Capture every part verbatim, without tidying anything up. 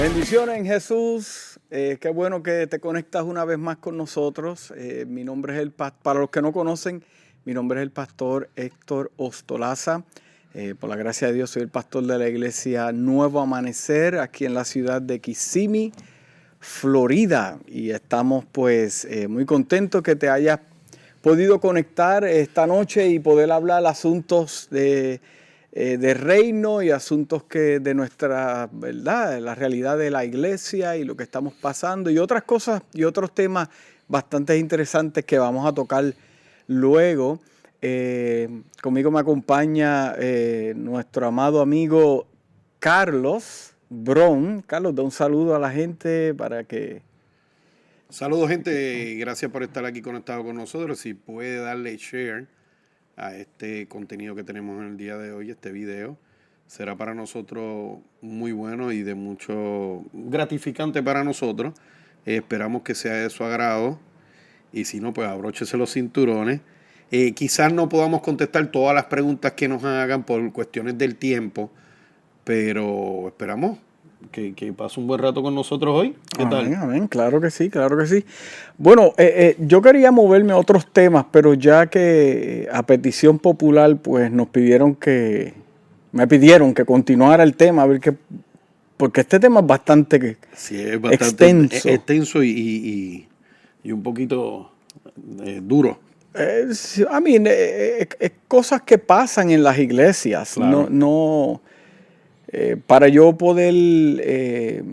Bendiciones en Jesús. Eh, qué bueno que te conectas una vez más con nosotros. Eh, mi nombre es el pastor, para los que no conocen, mi nombre es el pastor Héctor Ostolaza. Eh, por la gracia de Dios soy el pastor de la iglesia Nuevo Amanecer aquí en la ciudad de Kissimmee, Florida. Y estamos pues eh, muy contentos que te hayas podido conectar esta noche y poder hablar asuntos de Eh, de reino y asuntos que de nuestra verdad, de la realidad de la iglesia y lo que estamos pasando y otras cosas y otros temas bastante interesantes que vamos a tocar luego. Eh, conmigo me acompaña eh, nuestro amado amigo Carlos Bron. Carlos, da un saludo a la gente para que... Saludos, gente, gracias por estar aquí conectado con nosotros. Si puede darle share a este contenido que tenemos en el día de hoy, este video, será para nosotros muy bueno y de mucho gratificante para nosotros. Eh, esperamos que sea de su agrado y si no, pues abróchese los cinturones. Eh, quizás no podamos contestar todas las preguntas que nos hagan por cuestiones del tiempo, pero esperamos que, que pase un buen rato con nosotros hoy. ¿Qué amén, tal? amén, claro que sí, claro que sí. Bueno, eh, eh, yo quería moverme a otros temas, pero ya que a petición popular, pues nos pidieron que, me pidieron que continuara el tema, a ver qué, porque este tema es bastante, Sí, es bastante extenso. extenso y, y, y un poquito eh, duro. Es, I mean, eh, eh, eh, cosas que pasan en las iglesias, Claro. no, no eh, para yo poder eh,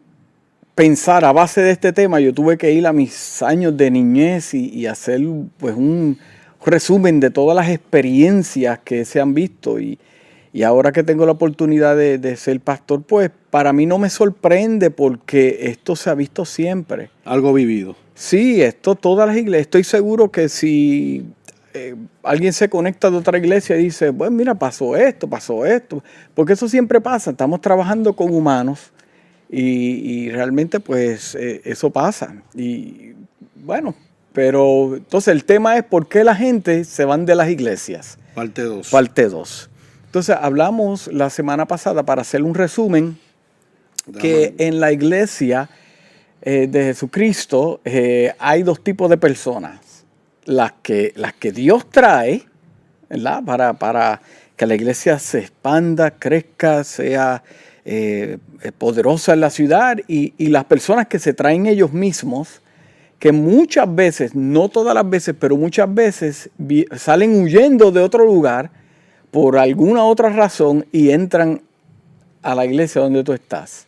pensar a base de este tema, yo tuve que ir a mis años de niñez y, y hacer pues un resumen de todas las experiencias que se han visto y, y ahora que tengo la oportunidad de, de ser pastor, pues para mí no me sorprende porque esto se ha visto siempre. Algo vivido. Sí, esto todas las iglesias, estoy seguro que si eh, alguien se conecta de otra iglesia y dice, pues mira, pasó esto, pasó esto, porque eso siempre pasa, estamos trabajando con humanos. Y, y realmente pues eh, eso pasa. Y bueno, pero entonces el tema es por qué la gente se van de las iglesias. Parte dos. Parte dos. Entonces hablamos la semana pasada, para hacer un resumen, que en la iglesia eh, de Jesucristo eh, hay dos tipos de personas. Las que, las que Dios trae, ¿verdad? Para, para que la iglesia se expanda, crezca, sea... Eh, poderosa en la ciudad y, y las personas que se traen ellos mismos, que muchas veces, no todas las veces, pero muchas veces vi, salen huyendo de otro lugar por alguna otra razón y entran a la iglesia donde tú estás.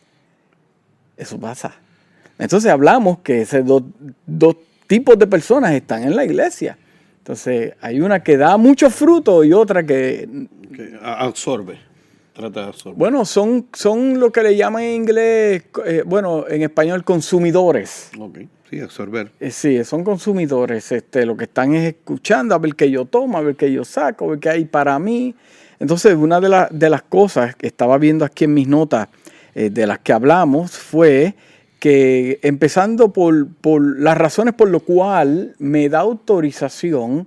Eso pasa. Entonces hablamos que esos dos, dos tipos de personas están en la iglesia. Entonces hay una que da mucho fruto y otra que... que absorbe. Trata de absorber. Bueno, son, son lo que le llaman en inglés, eh, bueno, en español, consumidores. Ok, sí, absorber. Eh, sí, son consumidores. Este, lo que están es escuchando, a ver qué yo tomo, a ver qué yo saco, a ver qué hay para mí. Entonces, una de, la, de las cosas que estaba viendo aquí en mis notas, eh, de las que hablamos, fue que empezando por, por las razones por las cuales me da autorización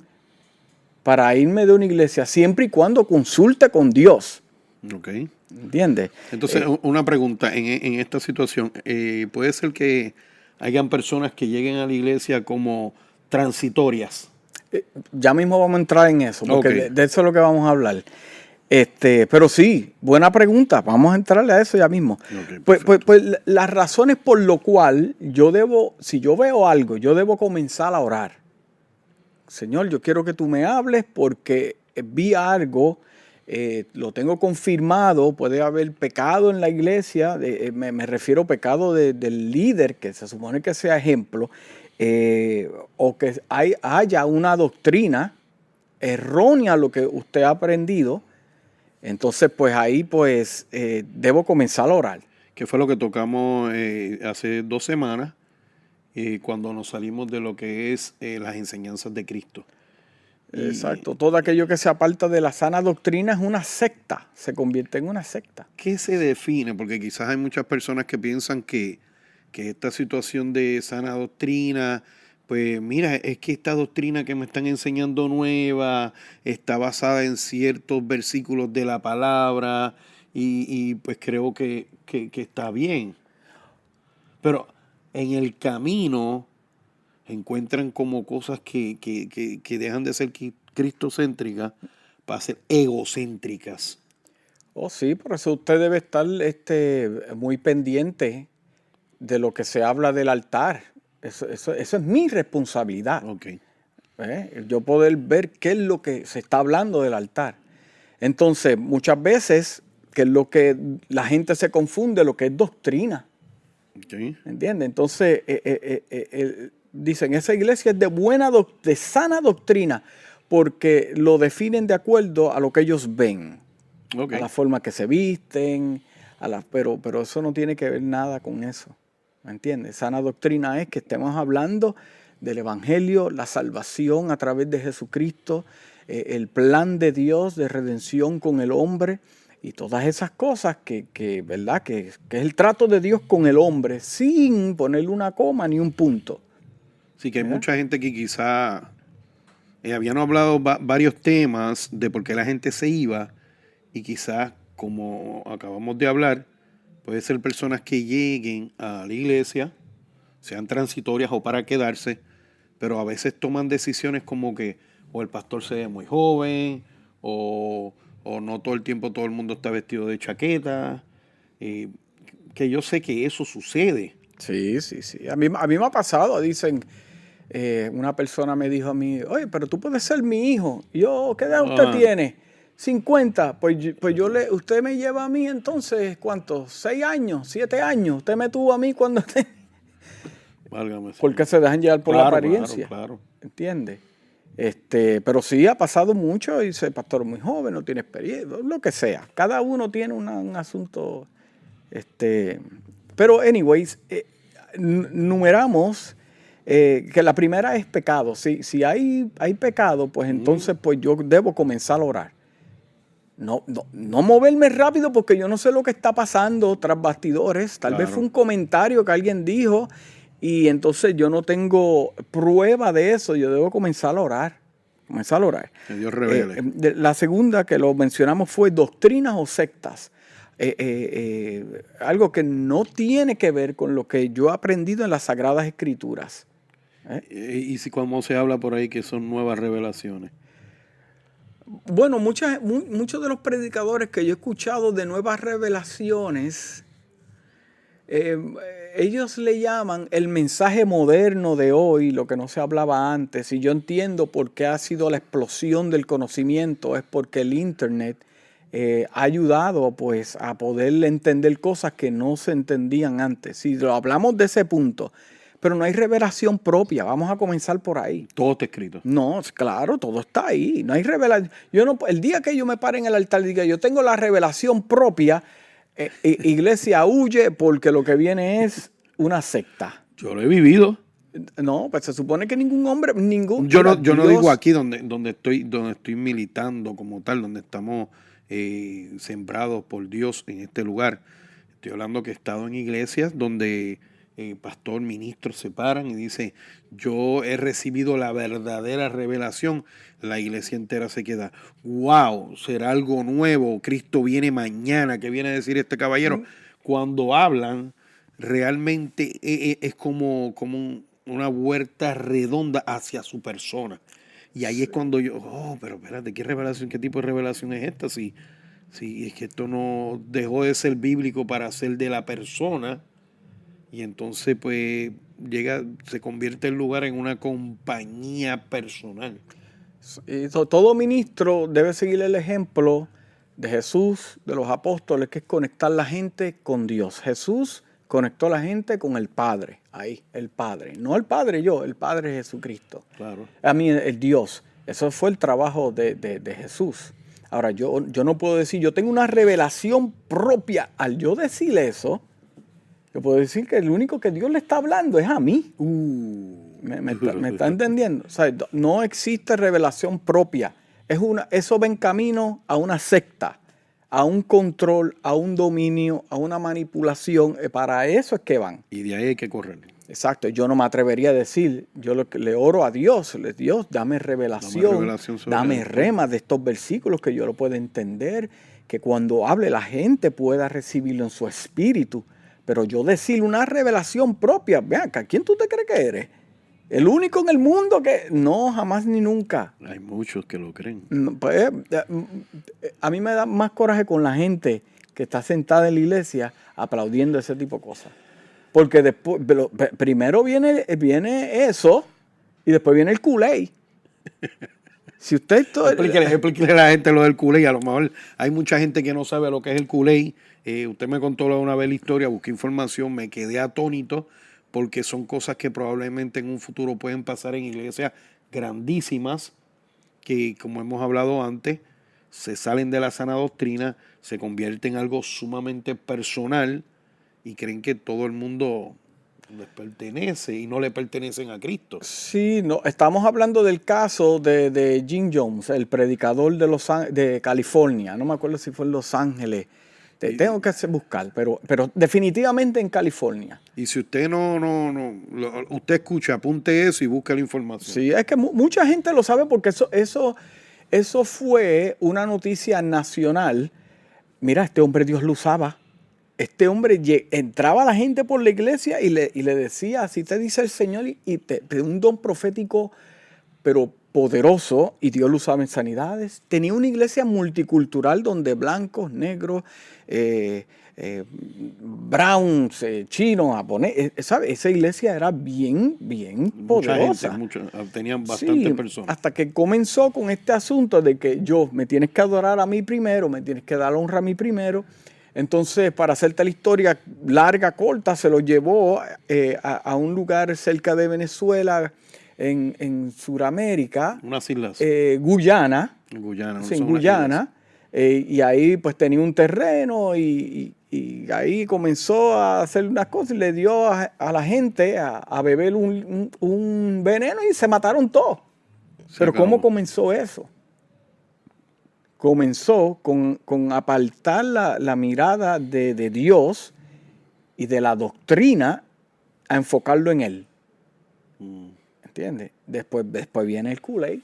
para irme de una iglesia, siempre y cuando consulte con Dios. Ok. ¿Entiendes? Entonces, Eh, una pregunta, en, en esta situación, eh, ¿puede ser que hayan personas que lleguen a la iglesia como transitorias? eh, ya mismo vamos a entrar en eso, porque Ok. de, de eso es lo que vamos a hablar. Este, pero sí, buena pregunta, vamos a entrarle a eso ya mismo. Ok, pues, pues, perfecto. pues las razones por lo cual yo debo, si yo veo algo, yo debo comenzar a orar. Señor, yo quiero que tú me hables porque vi algo. Eh, lo tengo confirmado, puede haber pecado en la iglesia, eh, me, me refiero a pecado de, del líder, que se supone que sea ejemplo, eh, o que hay, haya una doctrina errónea a lo que usted ha aprendido, entonces pues ahí pues eh, debo comenzar a orar. Que fue lo que tocamos eh, hace dos semanas, eh, cuando nos salimos de lo que es eh, las enseñanzas de Cristo. Y, Exacto, todo aquello que se aparta de la sana doctrina es una secta, se convierte en una secta. ¿qué se define? Porque quizás hay muchas personas que piensan que, que esta situación de sana doctrina, pues mira, es que esta doctrina que me están enseñando nueva está basada en ciertos versículos de la palabra y, y pues creo que, que, que está bien. Pero en el camino encuentran como cosas que, que, que, que dejan de ser cristocéntricas para ser egocéntricas. Oh, sí, por eso usted debe estar este, muy pendiente de lo que se habla del altar. Eso, eso, eso es mi responsabilidad. Okay. ¿Eh? Yo poder ver qué es lo que se está hablando del altar. Entonces, muchas veces, que es lo que la gente se confunde, lo que es doctrina. Okay. ¿Entiendes? Entonces, eh, eh, eh, eh, dicen, esa iglesia es de buena, de sana doctrina, porque lo definen de acuerdo a lo que ellos ven. Okay. A la forma que se visten, a la, pero, pero eso no tiene que ver nada con eso. ¿Me entiendes? Sana doctrina es que estemos hablando del evangelio, la salvación a través de Jesucristo, eh, el plan de Dios de redención con el hombre y todas esas cosas que, que ¿verdad? Que, que es el trato de Dios con el hombre sin ponerle una coma ni un punto. Sí, que hay ¿verdad? Mucha gente que quizá eh, habían hablado va varios temas de por qué la gente se iba y quizás, como acabamos de hablar, puede ser personas que lleguen a la iglesia, sean transitorias o para quedarse, pero a veces toman decisiones como que o el pastor se ve muy joven, o, o no todo el tiempo todo el mundo está vestido de chaqueta, eh, que yo sé que eso sucede. Sí, sí, sí. A mí, a mí me ha pasado, dicen, eh, una persona me dijo a mí, oye, pero tú puedes ser mi hijo. Y yo, ¿qué edad usted ah. tiene? cincuenta, pues, pues yo le, usted me lleva a mí entonces, ¿cuántos? ¿Seis años? ¿Siete años? Usted me tuvo a mí cuando... Te... Válgame. Porque se dejan llevar por claro, la apariencia. Claro, claro. ¿Entiende? Este, pero sí ha pasado mucho y ese pastor es muy joven, no tiene experiencia, lo que sea. Cada uno tiene una, un asunto... Este, pero, anyways, eh, numeramos eh, que la primera es pecado. Si, si hay, hay pecado, pues entonces pues yo debo comenzar a orar. No, no, no moverme rápido porque yo no sé lo que está pasando tras bastidores. Tal claro. vez fue un comentario que alguien dijo y entonces yo no tengo prueba de eso. Yo debo comenzar a orar. Comenzar a orar. Que Dios revele. Eh, la segunda que lo mencionamos fue doctrinas o sectas. Eh, eh, eh, algo que no tiene que ver con lo que yo he aprendido en las Sagradas Escrituras. ¿Eh? Y si como se habla por ahí que son nuevas revelaciones. Bueno, muchas, mu muchos de los predicadores que yo he escuchado de nuevas revelaciones, eh, ellos le llaman el mensaje moderno de hoy, lo que no se hablaba antes. Y yo entiendo por qué ha sido la explosión del conocimiento, es porque el Internet eh, ha ayudado pues, a poder entender cosas que no se entendían antes. Si lo hablamos de ese punto, pero no hay revelación propia. Vamos a comenzar por ahí. Todo está escrito. No, claro, todo está ahí. No hay revelación. Yo no, el día que yo me pare en el altar y diga, yo tengo la revelación propia, eh, eh, iglesia huye porque lo que viene es una secta. Yo lo he vivido. No, pues se supone que ningún hombre, ningún... Yo no, yo no digo aquí donde, donde, estoy, donde estoy militando como tal, donde estamos eh, sembrados por Dios en este lugar. Estoy hablando que he estado en iglesias donde... Eh, pastor, ministros se paran y dice, yo he recibido la verdadera revelación. La iglesia entera se queda, wow, será algo nuevo, Cristo viene mañana, ¿qué viene a decir este caballero? Mm. Cuando hablan, realmente es, es como, como un, una vuelta redonda hacia su persona. Y ahí sí. es cuando yo, oh, pero espérate, ¿qué revelación, qué tipo de revelación es esta? Si, si es que esto no dejó de ser bíblico para ser de la persona. Y entonces, pues, llega, se convierte el lugar en una compañía personal. Y todo ministro debe seguir el ejemplo de Jesús, de los apóstoles, que es conectar la gente con Dios. Jesús conectó a la gente con el Padre, ahí, el Padre. No el Padre yo, el Padre Jesucristo. Claro. A mí, el Dios. Eso fue el trabajo de, de, de Jesús. Ahora, yo, yo no puedo decir, yo tengo una revelación propia. Al yo decir eso, yo puedo decir que el único que Dios le está hablando es a mí. Uh, ¿Me, me, está, ¿Me está entendiendo? O sea, no existe revelación propia. Es una, eso va en camino a una secta, a un control, a un dominio, a una manipulación. Para eso es que van. Y de ahí hay que correr. Exacto. Yo no me atrevería a decir, yo le, le oro a Dios, le, Dios, dame revelación, dame, revelación dame remas de estos versículos que yo lo pueda entender, que cuando hable la gente pueda recibirlo en su espíritu. Pero yo decir una revelación propia, vean acá, ¿quién tú te crees que eres? El único en el mundo que... No, jamás ni nunca. Hay muchos que lo creen. Pues, a mí me da más coraje con la gente que está sentada en la iglesia aplaudiendo ese tipo de cosas. Porque después, primero viene, viene eso y después viene el Kool-Aid. Si usted... Todo, explíquele, explíquele a la gente lo del Kool-Aid. A lo mejor hay mucha gente que no sabe lo que es el Kool-Aid. Eh, usted me contó una vez la historia, busqué información, me quedé atónito porque son cosas que probablemente en un futuro pueden pasar en iglesias grandísimas que, como hemos hablado antes, se salen de la sana doctrina, se convierten en algo sumamente personal y creen que todo el mundo les pertenece y no le pertenecen a Cristo. Sí, no, estamos hablando del caso de, de Jim Jones, el predicador de, los, de California. No me acuerdo si fue en Los Ángeles. Te, tengo que buscar, pero, pero definitivamente en California. Y si usted no, no, no, lo, usted escucha, apunte eso y busque la información. Sí, es que mu mucha gente lo sabe porque eso, eso, eso fue una noticia nacional. Mira, este hombre Dios lo usaba. Este hombre entraba a la gente por la iglesia y le, y le decía, así te dice el Señor, y, y te, te un don profético, pero poderoso, y Dios lo usaba en sanidades. Tenía una iglesia multicultural donde blancos, negros, eh, eh, browns, eh, chinos, japoneses, ¿sabe? Esa iglesia era bien, bien poderosa. Mucha gente, mucha, tenían bastantes sí, personas. Hasta que comenzó con este asunto de que yo, me tienes que adorar a mí primero, me tienes que dar honra a mí primero. Entonces, para hacerte la historia larga, corta, se lo llevó eh, a, a un lugar cerca de Venezuela, en, en Sudamérica. Unas islas. Eh, Guyana. En Guyana. Sí, en Guyana. Eh, y ahí pues tenía un terreno y, y, y ahí comenzó a hacer unas cosas y le dio a, a la gente a, a beber un, un, un veneno y se mataron todos. Se Pero acabó. ¿Cómo comenzó eso? Comenzó con, con apartar la, la mirada de, de Dios y de la doctrina a enfocarlo en Él. Mm. ¿Entiendes? Después, después viene el Kool-Aid.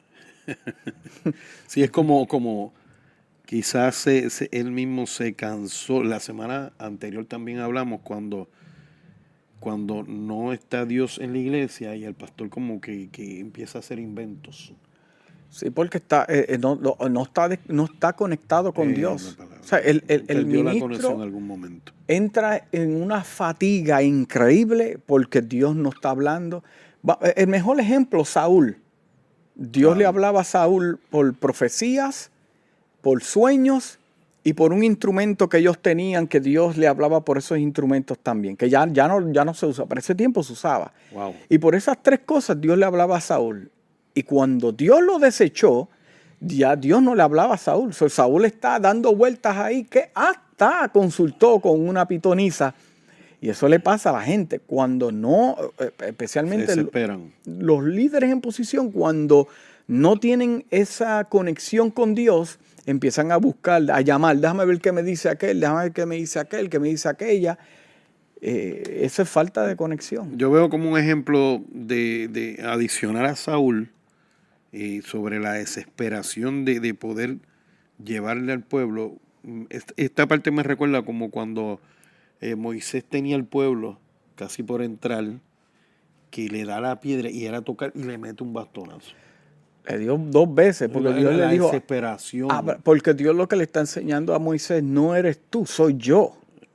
Sí, es como, como quizás se, se, él mismo se cansó. La semana anterior también hablamos cuando, cuando no está Dios en la iglesia y el pastor como que, que empieza a hacer inventos. Sí, porque está, eh, no, no, no, está de, no está conectado con eh, Dios. O sea, el, el, el ministro en algún momento. Entra en una fatiga increíble porque Dios no está hablando. El mejor ejemplo, Saúl. Dios claro. le hablaba a Saúl por profecías, por sueños y por un instrumento que ellos tenían que Dios le hablaba por esos instrumentos también, que ya, ya, no, ya no se usa, para ese tiempo se usaba. Wow. Y por esas tres cosas Dios le hablaba a Saúl. Y cuando Dios lo desechó, ya Dios no le hablaba a Saúl. So, Saúl está dando vueltas ahí que hasta consultó con una pitonisa. Y eso le pasa a la gente cuando no, especialmente los líderes en posición, cuando no tienen esa conexión con Dios, empiezan a buscar, a llamar, déjame ver qué me dice aquel, déjame ver qué me dice aquel, qué me dice aquella. Eh, eso es falta de conexión. Yo veo como un ejemplo de, de adicionar a Saúl eh, sobre la desesperación de, de poder llevarle al pueblo. Esta parte me recuerda como cuando eh, Moisés tenía el pueblo casi por entrar, que le da la piedra y era tocar y le mete un bastonazo. Le dio dos veces porque la, Dios la le dijo, desesperación. Ah, porque Dios lo que le está enseñando a Moisés no eres tú, soy yo.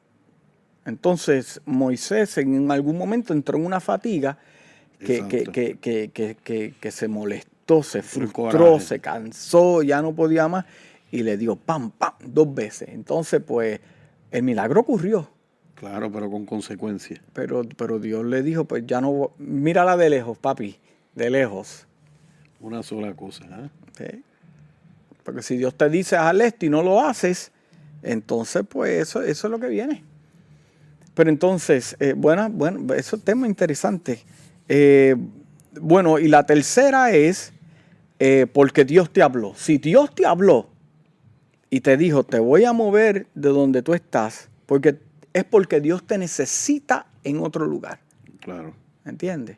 Entonces Moisés en algún momento entró en una fatiga que, que, que, que, que, que, que se molestó, se frustró, se cansó, ya no podía más y le dio pam, pam, dos veces. Entonces pues el milagro ocurrió. Claro, pero con consecuencias. Pero, pero Dios le dijo, pues ya no, mírala de lejos, papi, de lejos. Una sola cosa, ¿eh? ¿Sí? Porque si Dios te dice haz esto y no lo haces, entonces pues eso, eso es lo que viene. Pero entonces, eh, bueno, bueno, eso es un tema interesante. Eh, bueno, y la tercera es eh, porque Dios te habló. Si Dios te habló y te dijo, te voy a mover de donde tú estás, porque es porque Dios te necesita en otro lugar. Claro. ¿Entiendes?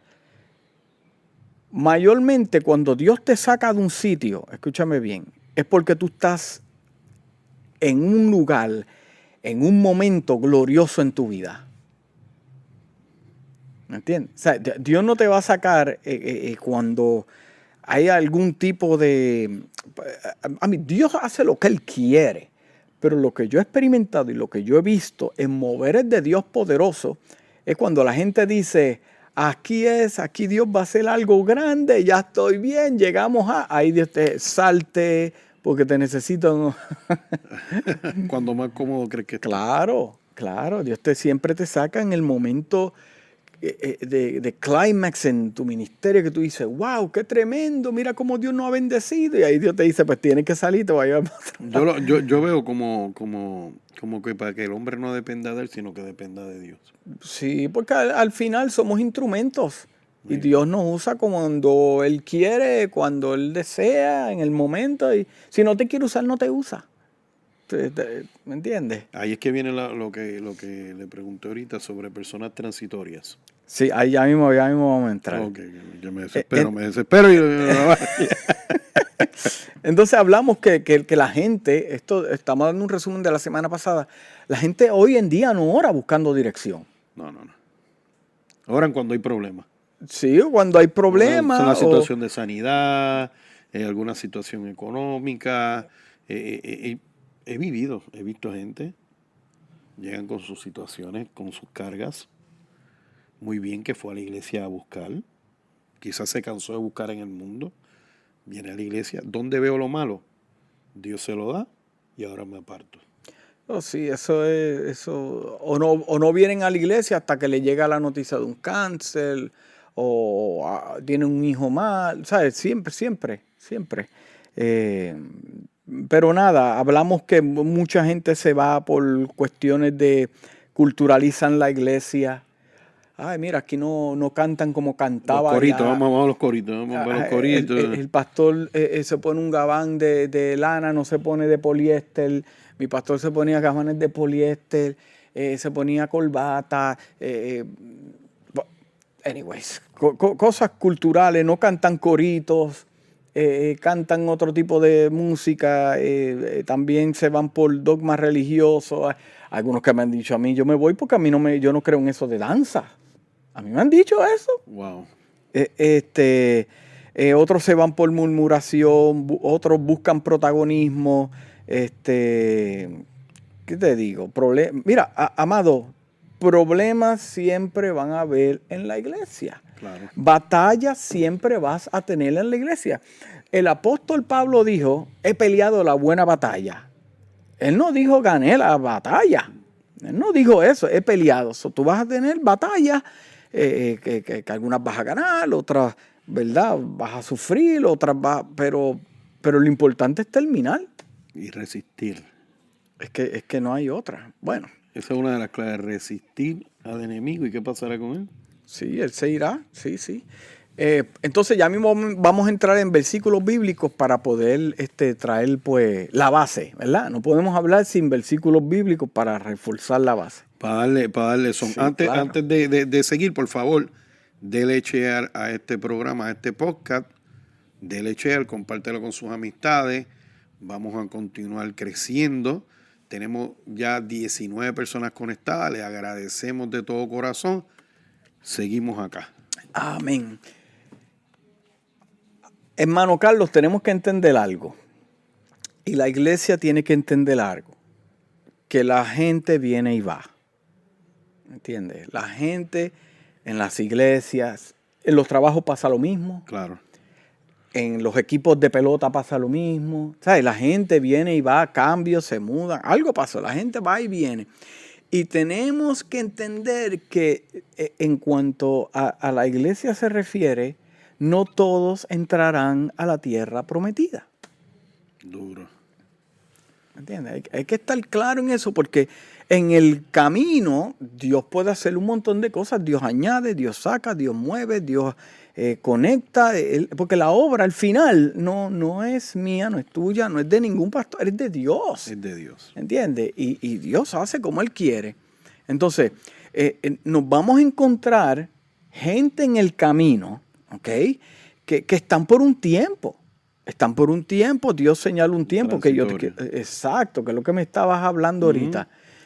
Mayormente cuando Dios te saca de un sitio, escúchame bien, es porque tú estás en un lugar en un momento glorioso en tu vida. ¿Me entiendes? O sea, Dios no te va a sacar eh, eh, cuando hay algún tipo de... A mí, Dios hace lo que Él quiere, pero lo que yo he experimentado y lo que yo he visto en moveres de Dios poderoso es cuando la gente dice, aquí es, aquí Dios va a hacer algo grande, ya estoy bien, llegamos a... Ahí Dios te salte porque te necesito. Cuando más cómodo crees que estás. Claro, claro, Dios te siempre te saca en el momento de, de clímax en tu ministerio que tú dices, wow, qué tremendo, mira cómo Dios nos ha bendecido. Y ahí Dios te dice, pues tienes que salir, te va a llevar. Yo, lo, yo, yo veo como, como, como que para que el hombre no dependa de él, sino que dependa de Dios. Sí, porque al, al final somos instrumentos. Y Dios nos usa cuando Él quiere, cuando Él desea, en el momento. Y si no te quiere usar, no te usa. ¿Me entiendes? Ahí es que viene la, lo, que, lo que le pregunté ahorita sobre personas transitorias. Sí, ahí ya mismo, ya mismo vamos a entrar. Ok, yo me desespero, eh, me desespero. Y... Entonces hablamos que, que, que la gente, esto estamos dando un resumen de la semana pasada, la gente hoy en día no ora buscando dirección. No, no, no. Oran cuando hay problemas. Sí, cuando hay problemas. Una situación o... de sanidad, eh, alguna situación económica. Eh, eh, eh, he vivido, he visto gente, llegan con sus situaciones, con sus cargas. Muy bien que fue a la iglesia a buscar. Quizás se cansó de buscar en el mundo. Viene a la iglesia. ¿Dónde veo lo malo? Dios se lo da y ahora me aparto. Oh, sí, eso es, eso, o no, o no vienen a la iglesia hasta que le llega la noticia de un cáncer, o ah, tienen un hijo mal, ¿sabes? Siempre, siempre, siempre. Eh, pero nada, hablamos que mucha gente se va por cuestiones de culturalizan la iglesia. Ay, mira, aquí no, no cantan como cantaba. Los coritos, vamos, vamos a los coritos, vamos a los coritos. El, el, el pastor eh, se pone un gabán de, de lana, no se pone de poliéster. Mi pastor se ponía gabanes de poliéster, eh, se ponía corbata. Eh, anyways, co co cosas culturales, no cantan coritos, eh, cantan otro tipo de música, eh, eh, también se van por dogmas religiosos. Algunos que me han dicho a mí, yo me voy porque a mí no me, yo no creo en eso de danza. A mí me han dicho eso. Wow. Eh, este, eh, otros se van por murmuración, bu otros buscan protagonismo. Este, ¿qué te digo? Problem Mira, a, amado, problemas siempre van a haber en la iglesia. Claro. Batallas siempre vas a tener en la iglesia. El apóstol Pablo dijo, he peleado la buena batalla. Él no dijo gané la batalla. Él no dijo eso, he peleado. So, tú vas a tener batallas eh, que, que, que algunas vas a ganar, otras, ¿verdad? Vas a sufrir, otras vas... Pero, pero lo importante es terminar. Y resistir. Es que, es que no hay otra. Bueno. Esa es una de las claves, resistir al enemigo. ¿Y qué pasará con él? Sí, él se irá, sí, sí. Eh, entonces ya mismo vamos a entrar en versículos bíblicos para poder este, traer pues la base, ¿verdad? No podemos hablar sin versículos bíblicos para reforzar la base. Para darle, para darle son. Sí, antes claro. antes de, de, de seguir, por favor, dele share a este programa, a este podcast. Dele share, compártelo con sus amistades. Vamos a continuar creciendo. Tenemos ya diecinueve personas conectadas. Les agradecemos de todo corazón. Seguimos acá. Amén. Hermano Carlos, tenemos que entender algo. Y la iglesia tiene que entender algo. Que la gente viene y va. ¿Entiendes? La gente en las iglesias, en los trabajos pasa lo mismo. Claro. En los equipos de pelota pasa lo mismo. ¿Sabes? La gente viene y va, cambios, se mudan. Algo pasó. La gente va y viene. Y tenemos que entender que en cuanto a, a la iglesia se refiere, no todos entrarán a la tierra prometida. Duro. ¿Entiendes? Hay, hay que estar claro en eso porque en el camino Dios puede hacer un montón de cosas. Dios añade, Dios saca, Dios mueve, Dios eh, conecta. Él, porque la obra al final no, no es mía, no es tuya, no es de ningún pastor, es de Dios. Es de Dios. ¿Entiendes? Y, y Dios hace como Él quiere. Entonces, eh, eh, nos vamos a encontrar gente en el camino, ¿ok? Que, que están por un tiempo. Están por un tiempo, Dios señala un tiempo que yo... Que, exacto, que es lo que me estabas hablando uh-huh. ahorita.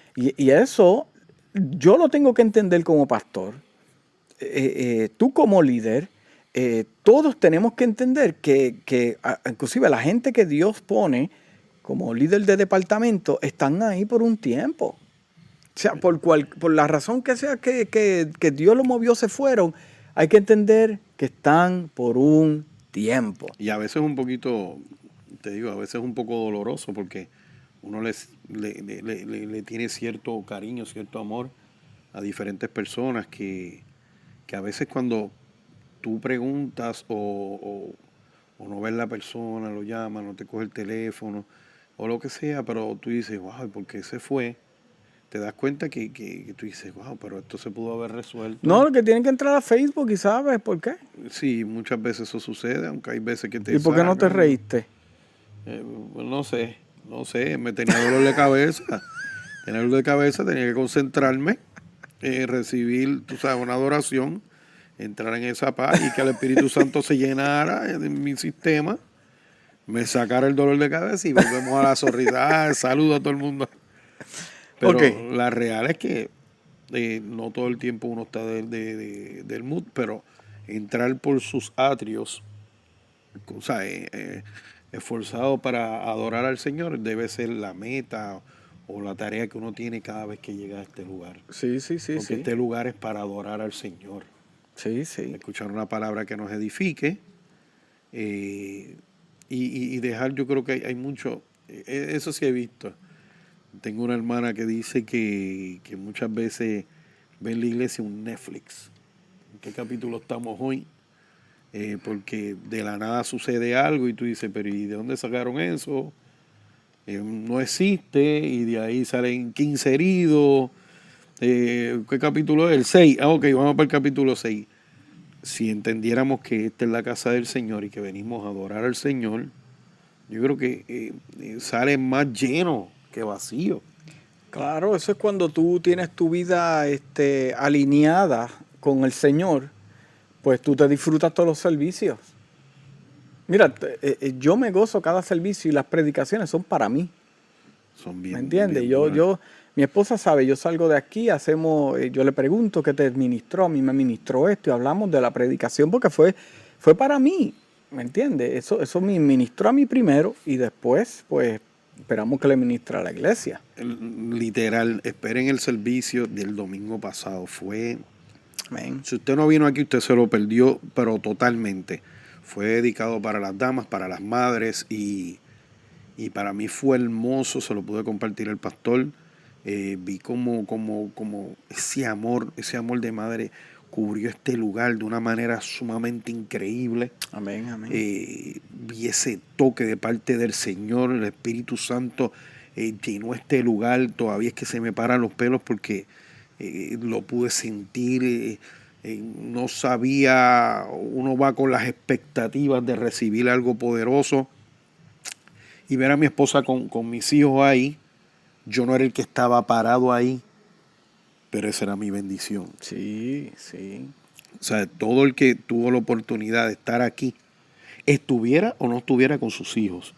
Y, y eso yo lo tengo que entender como pastor. Eh, eh, tú como líder, eh, todos tenemos que entender que, que a, inclusive la gente que Dios pone como líder de departamento están ahí por un tiempo. O sea, por, cual, por la razón que sea que, que, que Dios los movió, se fueron, hay que entender que están por un tiempo. Y a veces un poquito, te digo, a veces es un poco doloroso porque uno les, le, le, le, le tiene cierto cariño, cierto amor a diferentes personas que, que a veces cuando tú preguntas o, o, o no ves la persona, lo llaman, no te coge el teléfono o lo que sea, pero tú dices, wow, ¿por qué se fue? Te das cuenta que, que, que tú dices, wow, pero esto se pudo haber resuelto. No, lo que tienen que entrar a Facebook y sabes por qué. Sí, muchas veces eso sucede, aunque hay veces que te ¿Y por qué no te reíste? Eh, pues no sé, no sé, me tenía dolor de cabeza. Tenía dolor de cabeza, tenía que concentrarme, eh, recibir, tú sabes, una adoración, entrar en esa paz y que el Espíritu Santo se llenara en mi sistema, me sacara el dolor de cabeza y volvemos a la sonrisa. Saludo a todo el mundo. Pero okay, la real es que eh, no todo el tiempo uno está de, de, de, del mood, pero entrar por sus atrios, o sea, eh, eh, esforzado para adorar al Señor, debe ser la meta o la tarea que uno tiene cada vez que llega a este lugar. Sí, sí, sí. Porque sí. este lugar es para adorar al Señor. Sí, sí. Escuchar una palabra que nos edifique eh, y, y, y dejar, yo creo que hay, hay mucho, eh, eso sí he visto. Tengo una hermana que dice que, que muchas veces ve en la iglesia un Netflix. ¿En qué capítulo estamos hoy? Eh, porque de la nada sucede algo y tú dices, pero ¿y de dónde sacaron eso? Eh, no existe y de ahí salen quince heridos. Eh, ¿Qué capítulo es? El seis. Ah, ok, vamos para el capítulo seis. Si entendiéramos que esta es la casa del Señor y que venimos a adorar al Señor, yo creo que eh, eh, sale más lleno que vacío. Claro, eso es cuando tú tienes tu vida este, alineada con el Señor, pues tú te disfrutas todos los servicios. Mira, eh, yo me gozo cada servicio y las predicaciones son para mí. Son bien, ¿me entiendes? bien Yo, yo, mi esposa sabe, yo salgo de aquí, hacemos, eh, yo le pregunto qué te ministró, a mí me ministró esto y hablamos de la predicación porque fue, fue para mí, ¿me entiendes? Eso, eso me ministró a mí primero y después, pues, esperamos que le ministre a la iglesia. Literal, esperen el servicio del domingo pasado. Fue, Amén. Si usted no vino aquí, usted se lo perdió, pero totalmente. Fue dedicado para las damas, para las madres y, y para mí fue hermoso, se lo pude compartir al pastor. Eh, vi como, como, como ese amor, ese amor de madre cubrió este lugar de una manera sumamente increíble. Amén, amén. Eh, vi ese toque de parte del Señor, el Espíritu Santo eh, llenó este lugar. Todavía es que se me paran los pelos porque eh, lo pude sentir. Eh, eh, no sabía, uno va con las expectativas de recibir algo poderoso y ver a mi esposa con, con mis hijos ahí. Yo no era el que estaba parado ahí, pero esa era mi bendición. Sí, sí. O sea, todo el que tuvo la oportunidad de estar aquí, estuviera o no estuviera con sus hijos,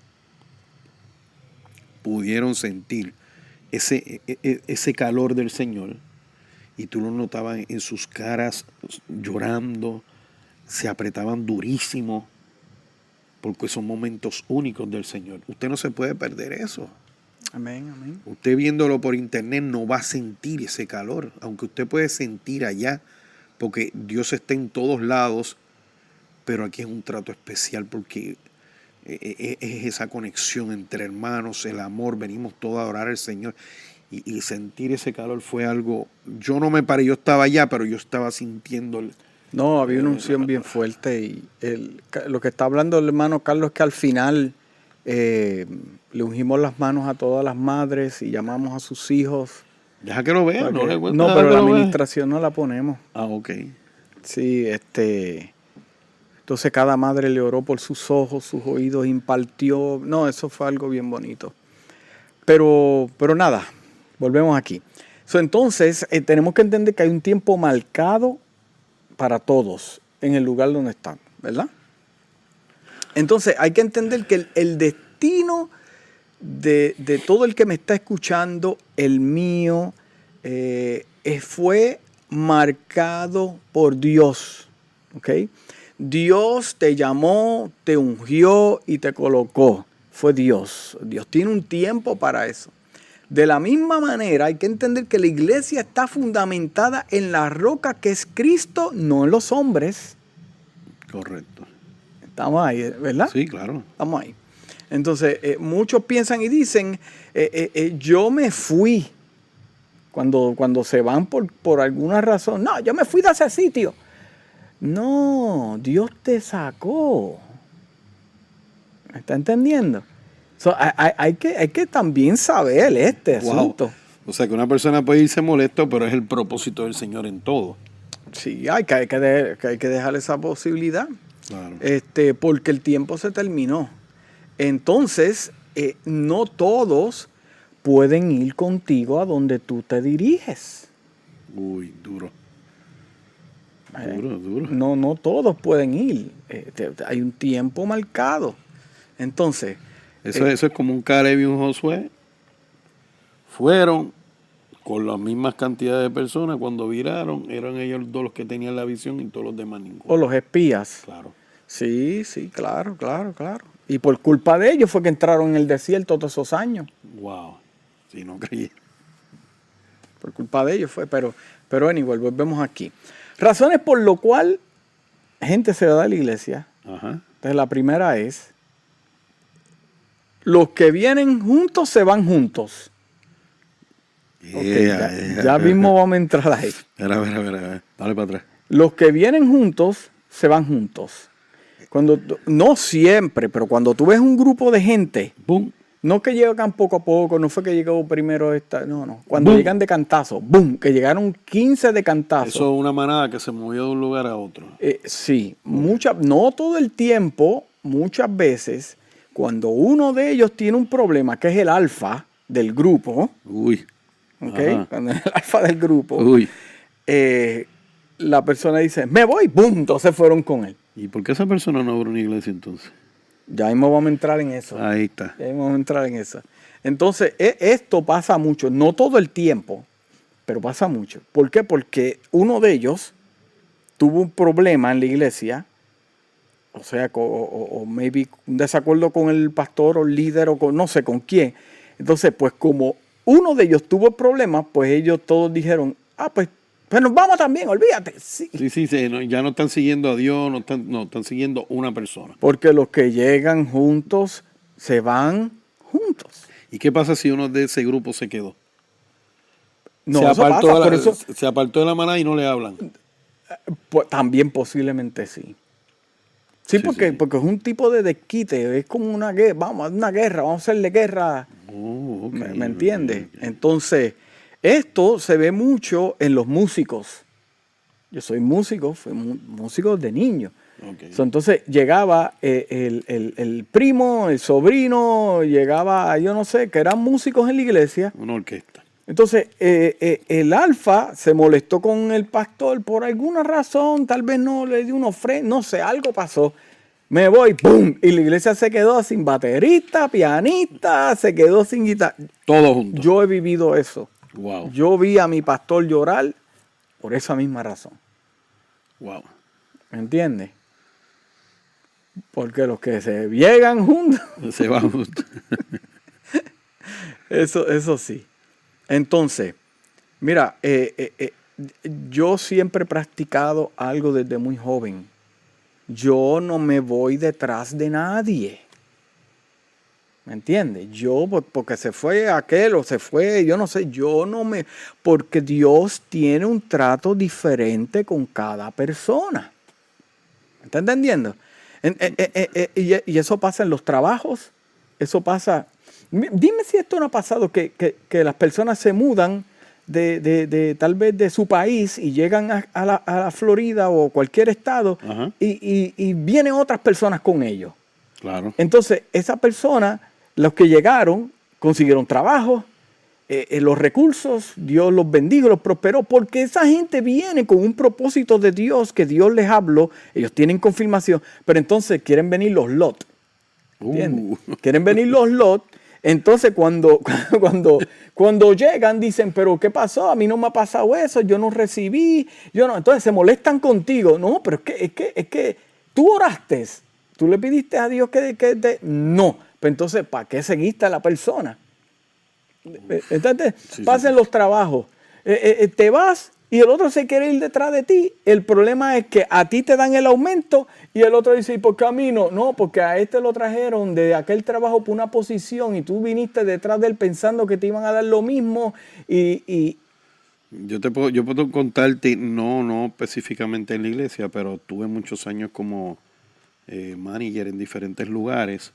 pudieron sentir ese, ese calor del Señor y tú lo notabas en sus caras llorando, se apretaban durísimo, porque son momentos únicos del Señor. Usted no se puede perder eso. Amén, amén. Usted viéndolo por internet no va a sentir ese calor, aunque usted puede sentir allá, porque Dios está en todos lados, pero aquí es un trato especial porque es esa conexión entre hermanos, el amor, venimos todos a adorar al Señor y, y sentir ese calor fue algo, yo no me paré, yo estaba allá, pero yo estaba sintiendo el, No, había una unción bien fuerte y el, lo que está hablando el hermano Carlos es que al final eh, le ungimos las manos a todas las madres y llamamos a sus hijos. Deja que lo vean, no le cuento. No, pero la administración no la ponemos. Ah, ok. Sí, este... Entonces cada madre le oró por sus ojos, sus oídos, impartió... No, eso fue algo bien bonito. Pero, pero nada, volvemos aquí. So, entonces, eh, tenemos que entender que hay un tiempo marcado para todos en el lugar donde están, ¿verdad? Entonces, hay que entender que el, el destino de, de todo el que me está escuchando, el mío, eh, eh, fue marcado por Dios. ¿Ok? Dios te llamó, te ungió y te colocó. Fue Dios. Dios tiene un tiempo para eso. De la misma manera, hay que entender que la iglesia está fundamentada en la roca que es Cristo, no en los hombres. Correcto. Estamos ahí, ¿verdad? Sí, claro. Estamos ahí. Entonces, eh, muchos piensan y dicen, eh, eh, eh, yo me fui. Cuando, cuando se van por, por alguna razón. No, yo me fui de ese sitio. No, Dios te sacó. ¿Me está entendiendo? So, hay, hay, que, hay que también saber este Wow. asunto. O sea, que una persona puede irse molesto, pero es el propósito del Señor en todo. Sí, hay que, hay que, de, que hay que dejar esa posibilidad. Claro. Este, porque el tiempo se terminó. Entonces, eh, no todos pueden ir contigo a donde tú te diriges. Uy, duro. Eh, Duro, duro. No, no todos pueden ir. Eh, te- te- hay un tiempo marcado. Entonces, Eso, eh, eso es como un Caleb y un Josué. Fueron con las mismas cantidades de personas. Cuando viraron, eran ellos dos los que tenían la visión y todos los demás ninguno. o los espías. Claro. Sí, sí, claro, claro, claro. Y por culpa de ellos fue que entraron en el desierto todos esos años. Wow. Si no creí. Por culpa de ellos fue, pero, pero anyway, volvemos aquí. Razones por lo cual gente se va de la iglesia. Ajá. Entonces la primera es, los que vienen juntos se van juntos. Ok, Yeah, ya, yeah. ya mismo vamos a entrar ahí. Espera, espera, espera, espera. Dale para atrás. Los que vienen juntos se van juntos. Cuando, tú- no siempre, pero cuando tú ves un grupo de gente, ¡Bum! no que llegan poco a poco, no fue que llegó primero esta, no, no. Cuando ¡Bum! llegan de cantazo, ¡boom! Que llegaron quince de cantazo. Eso es una manada que se movió de un lugar a otro. Eh, sí, mucha, no todo el tiempo, muchas veces, cuando uno de ellos tiene un problema, que es el alfa del grupo, Uy. ¿ok? Ajá. Cuando es el alfa del grupo, Uy. eh, la persona dice, me voy, ¡boom! Entonces fueron con él. ¿Y por qué esa persona no abre una iglesia entonces? Ya mismo vamos a entrar en eso. Ahí está. Ya mismo vamos a entrar en eso. Entonces, e- esto pasa mucho, no todo el tiempo, pero pasa mucho. ¿Por qué? Porque uno de ellos tuvo un problema en la iglesia, o sea, co- o, o- o maybe un desacuerdo con el pastor o el líder o con no sé con quién. Entonces, pues como uno de ellos tuvo problemas, pues ellos todos dijeron, ah, pues, pues nos vamos también, olvídate. Sí. Sí, sí, sí, no, ya no están siguiendo a Dios, no están, no, están siguiendo una persona. Porque los que llegan juntos se van juntos. ¿Y qué pasa si uno de ese grupo se quedó? No, se, eso apartó pasa, de por la, eso se apartó de la manada y no le hablan. pues, también posiblemente sí. Sí, Sí, porque, sí. porque es un tipo de desquite, es como una guerra, vamos a una guerra, vamos a hacerle guerra. Oh, ok, ¿Me, ok, me entiendes? ok. Entonces, esto se ve mucho en los músicos. Yo soy músico, fui mu- músico de niño. Ok. So, entonces llegaba eh, el, el- el primo, el sobrino, llegaba, yo no sé, que eran músicos en la iglesia. Una orquesta. Entonces, eh, eh, el alfa se molestó con el pastor por alguna razón, tal vez no le dio una ofrenda, no sé, algo pasó. Me voy, ¡pum! Y la iglesia se quedó sin baterista, pianista, se quedó sin guitarra. Todos juntos. Yo he vivido eso. Wow. Yo vi a mi pastor llorar por esa misma razón. Wow. ¿Me entiendes? Porque los que se llegan juntos, Se va juntos. eso, eso sí. Entonces, mira, eh, eh, eh, yo siempre he practicado algo desde muy joven. Yo no me voy detrás de nadie. ¿Me entiendes? Yo, pues, porque se fue aquel o se fue, yo no sé, yo no me... Porque Dios tiene un trato diferente con cada persona. ¿Me está entendiendo? En- eh, eh, eh, eh, y, y eso pasa en los trabajos, eso pasa... Mi- Dime si esto no ha pasado, que, que- que las personas se mudan de, de- de, tal vez de su país y llegan a, a la, a la Florida o cualquier estado Ajá. y, y- y vienen otras personas con ellos. Claro. Entonces, esa persona, los que llegaron, consiguieron trabajo, eh, eh, los recursos, Dios los bendijo, los prosperó, porque esa gente viene con un propósito de Dios que Dios les habló, ellos tienen confirmación, pero entonces quieren venir los Lot. ¿Entiendes? Uh. Quieren venir los Lot, Entonces cuando, cuando, cuando llegan dicen, pero ¿qué pasó? A mí no me ha pasado eso, yo no recibí, yo no. Entonces se molestan contigo. No, pero es que, es que, es que tú oraste, tú le pidiste a Dios que, que te... No, pero entonces, ¿para qué seguiste a la persona? Entonces, Sí, pasen sí, sí. los trabajos. Eh, eh, te vas y el otro se quiere ir detrás de ti. El problema es que a ti te dan el aumento y el otro dice, ¿y por qué a mí no? No, porque a este lo trajeron de aquel trabajo por una posición y tú viniste detrás de él pensando que te iban a dar lo mismo y... y Yo te puedo, yo puedo contarte, no, no específicamente en la iglesia, pero tuve muchos años como eh, manager en diferentes lugares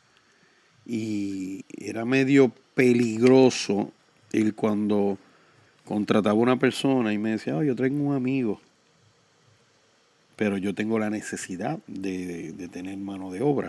y era medio peligroso el cuando contrataba a una persona y me decía, oh, yo tengo un amigo, pero yo tengo la necesidad de, de, de tener mano de obra.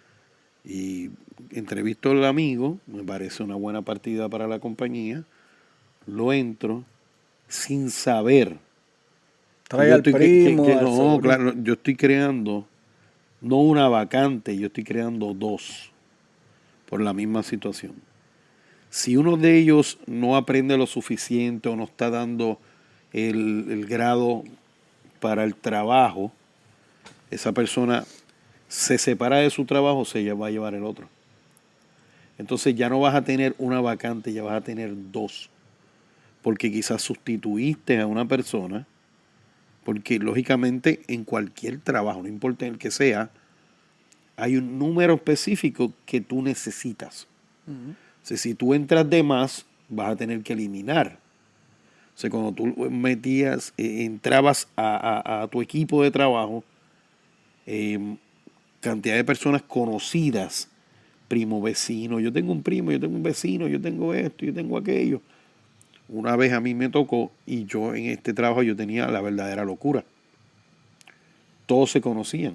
Y entrevisto al amigo, me parece una buena partida para la compañía, lo entro sin saber. trae Yo al estoy, que, que, primo, que al no, sobrino. claro, yo estoy creando no una vacante, yo estoy creando dos por la misma situación. Si uno de ellos no aprende lo suficiente o no está dando el, el grado para el trabajo, esa persona se separa de su trabajo, se va a llevar el otro. Entonces ya no vas a tener una vacante, ya vas a tener dos. Porque quizás sustituiste a una persona, porque lógicamente en cualquier trabajo, no importa el que sea, hay un número específico que tú necesitas. Uh-huh. O sea, si tú entras de más, vas a tener que eliminar. O sea, cuando tú metías, eh, entrabas a, a, a tu equipo de trabajo, eh, cantidad de personas conocidas, primo, vecino, yo tengo un primo, yo tengo un vecino, yo tengo esto, yo tengo aquello. Una vez a mí me tocó y yo en este trabajo yo tenía la verdadera locura. Todos se conocían.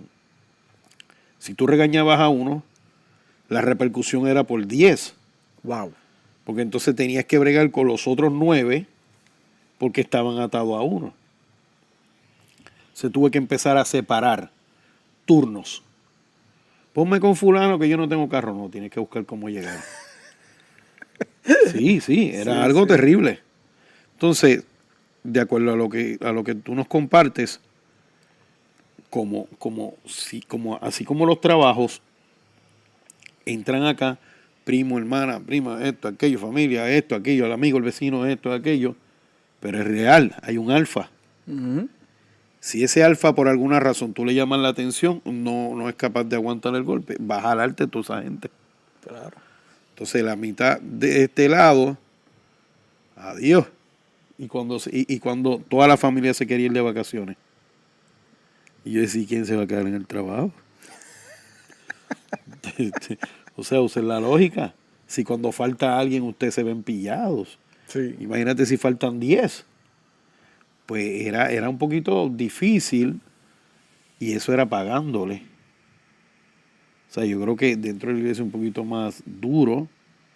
Si tú regañabas a uno, la repercusión era por diez. Wow. Porque entonces tenías que bregar con los otros nueve porque estaban atados a uno. Se tuve que empezar a separar turnos. Ponme con fulano que yo no tengo carro. No, tienes que buscar cómo llegar. Sí, sí, era sí, algo sí. terrible. Entonces, de acuerdo a lo que, a lo que tú nos compartes, como, como, si, como, así como los trabajos entran acá, primo, hermana, prima, esto, aquello, familia, esto, aquello, el amigo, el vecino, esto, aquello, pero es real, hay un alfa. Uh-huh. Si ese alfa por alguna razón tú le llamas la atención, no, no es capaz de aguantar el golpe, va a jalarte toda esa gente. Claro. Entonces la mitad de este lado, adiós. Y cuando, y, y cuando toda la familia se quería ir de vacaciones. Y yo decía, ¿quién se va a quedar en el trabajo? O sea, usen la lógica. Si cuando falta alguien ustedes se ven pillados. Sí. Imagínate si faltan diez. Pues era, era un poquito difícil y eso era pagándole. O sea, yo creo que dentro de la iglesia es un poquito más duro.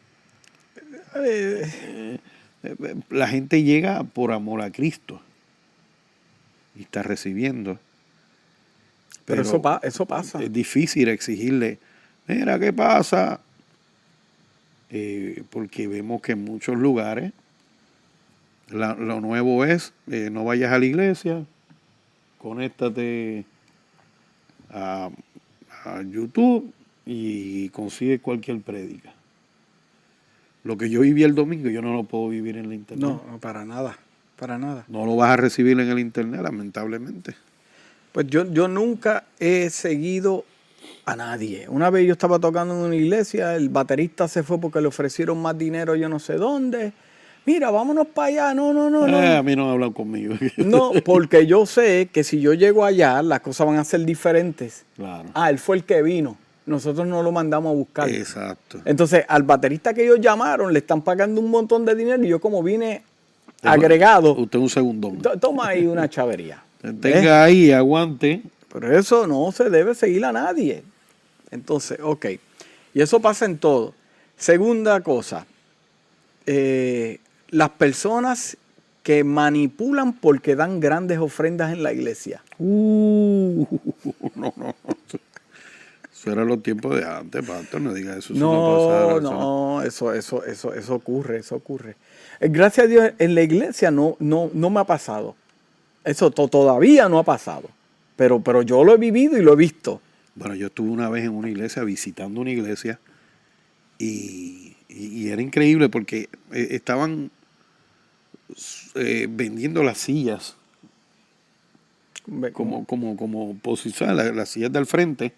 Eh, la gente llega por amor a Cristo y está recibiendo. Pero, Pero eso, pa eso pasa. Es difícil exigirle, mira, ¿qué pasa? Eh, porque vemos que en muchos lugares la, lo nuevo es, eh, no vayas a la iglesia, conéctate a, a YouTube y consigue cualquier prédica. Lo que yo viví el domingo, yo no lo puedo vivir en la internet. No, no, para nada, para nada. No lo vas a recibir en el internet, lamentablemente. Pues yo, yo nunca he seguido a nadie. Una vez yo estaba tocando en una iglesia, el baterista se fue porque le ofrecieron más dinero yo no sé dónde. Mira, vámonos para allá. No, no, no, eh, no. A mí no hablan conmigo. No, porque yo sé que si yo llego allá, las cosas van a ser diferentes. Claro. Ah, él fue el que vino. Nosotros no lo mandamos a buscar. Exacto. Entonces, al baterista que ellos llamaron, le están pagando un montón de dinero y yo como vine agregado. Usted un segundón. Toma ahí una chavería. Tenga ¿Eh? ahí, aguante. Pero eso no se debe seguir a nadie. Entonces, ok. Y eso pasa en todo. Segunda cosa. Eh, las personas que manipulan porque dan grandes ofrendas en la iglesia. Uh, no, no. Eso eran los tiempos de antes, pastor, no diga eso. eso No, no, pasara, no, eso, eso, eso, eso ocurre, eso ocurre. Eh, Gracias a Dios, en la iglesia no, no, no me ha pasado. Eso to- todavía no ha pasado. Pero, pero yo lo he vivido y lo he visto. Bueno, yo estuve una vez en una iglesia, visitando una iglesia, y, y, y era increíble porque eh, estaban eh, vendiendo las sillas, Ve- como, como, como posición, las, las sillas del frente.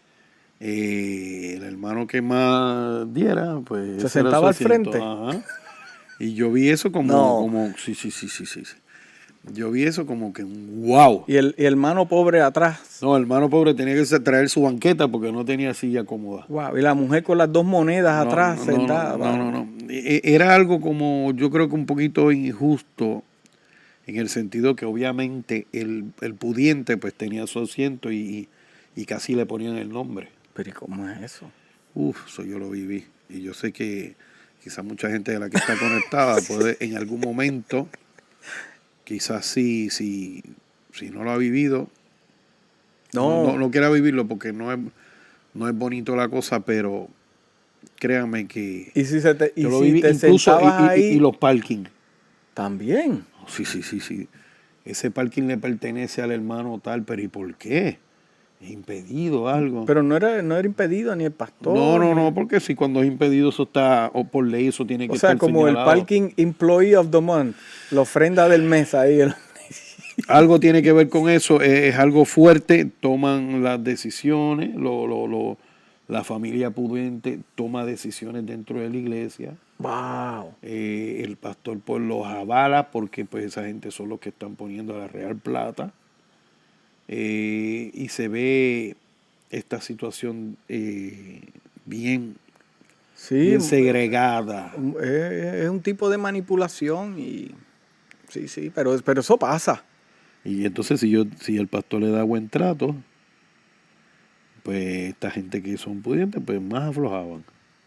Eh, el hermano que más diera, pues... ¿Se ese era sentaba su al asiento. frente? Ajá. Y yo vi eso como, No. como sí, sí, sí, sí, sí, sí. Yo vi eso como que, wow. Y el, y el hermano pobre atrás. No, el hermano pobre tenía que traer su banqueta porque no tenía silla cómoda. Wow. Y la mujer con las dos monedas No, atrás no, no, sentada. No, no, no, no. E- Era algo como, yo creo que un poquito injusto, en el sentido que obviamente el, el pudiente pues tenía su asiento y, y casi le ponían el nombre. Pero ¿y cómo es eso? Uf, eso yo lo viví. Y yo sé que quizás mucha gente de la que está conectada puede en algún momento, quizás sí, sí, si no lo ha vivido, No. no, no, no quiera vivirlo porque no es, no es bonito la cosa, pero créanme que Y si, se te, y yo lo si viví te incluso sentabas y, y- ahí, y los parking. también. Sí, sí, sí, sí. Ese parking le pertenece al hermano tal, pero ¿y por qué? ¿Es impedido algo? Pero no era, no era impedido ni el pastor. No, no, ni- no, porque si cuando es impedido eso está, o por ley eso tiene que O sea, estar como el señalado. parking employee of the month, la ofrenda del mes ahí. el- Algo tiene que ver con eso, es, es algo fuerte, toman las decisiones, lo, lo, lo, la familia pudiente toma decisiones dentro de la iglesia. Wow. Eh, el pastor pues los avala porque pues esa gente son los que están poniendo la real plata. Eh, y se ve esta situación eh, bien, Sí, bien segregada. es, es un tipo de manipulación y sí, sí, pero, pero eso pasa. Y entonces si yo, si el pastor le da buen trato, pues esta gente que son pudientes, pues más aflojaban.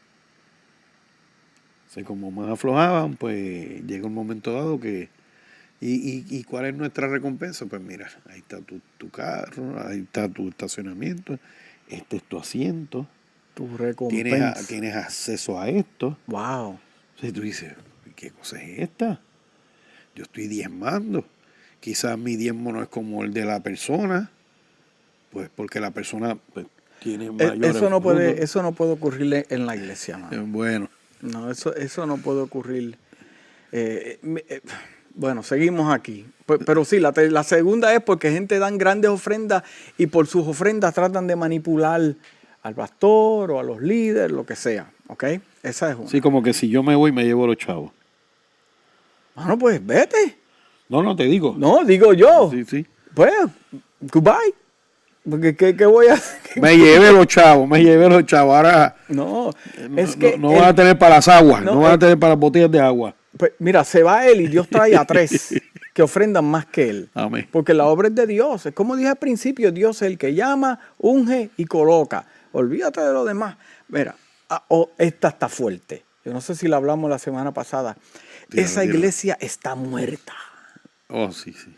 O sea, como más aflojaban, pues llega un momento dado que... ¿Y, y, y cuál es nuestra recompensa? Pues mira, ahí está tu, tu carro, ahí está tu estacionamiento, este es tu asiento, Tu tienes, recompensa. a- tienes acceso a esto. Wow. Entonces tú dices, ¿qué cosa es esta? Yo estoy diezmando. Quizás mi diezmo no es como el de la persona, pues porque la persona pues, tiene Eh, mayores Eso no puede, frutos. eso no puede ocurrir en la iglesia, mano. Eh, Bueno, No, eso, eso no puede ocurrir. Eh, eh, eh, bueno, seguimos aquí. Pe- Pero sí, la, te- la segunda es porque gente dan grandes ofrendas y por sus ofrendas tratan de manipular al pastor o a los líderes, lo que sea. ¿Ok? Esa es una. sí, como que si yo me voy me llevo los chavos. Bueno, pues vete. No, no, te digo. No, digo yo. Sí, sí. Pues, goodbye. Porque, ¿qué, qué voy a hacer? Me llevé los chavos, me llevé los chavos. Ahora No, no, es que. no, no el- van a tener para las aguas, no, no, van el- a tener para las botellas de agua. pues, mira, se va él y Dios trae a tres que ofrendan más que él. Amén. Porque la obra es de Dios. Es como dije al principio, Dios es el que llama, unge y coloca. Olvídate de lo demás. Mira, ah, oh, esta está fuerte. Yo no sé si la hablamos la semana pasada. Dígalo, Esa dígalo. iglesia está muerta. Oh, sí, sí.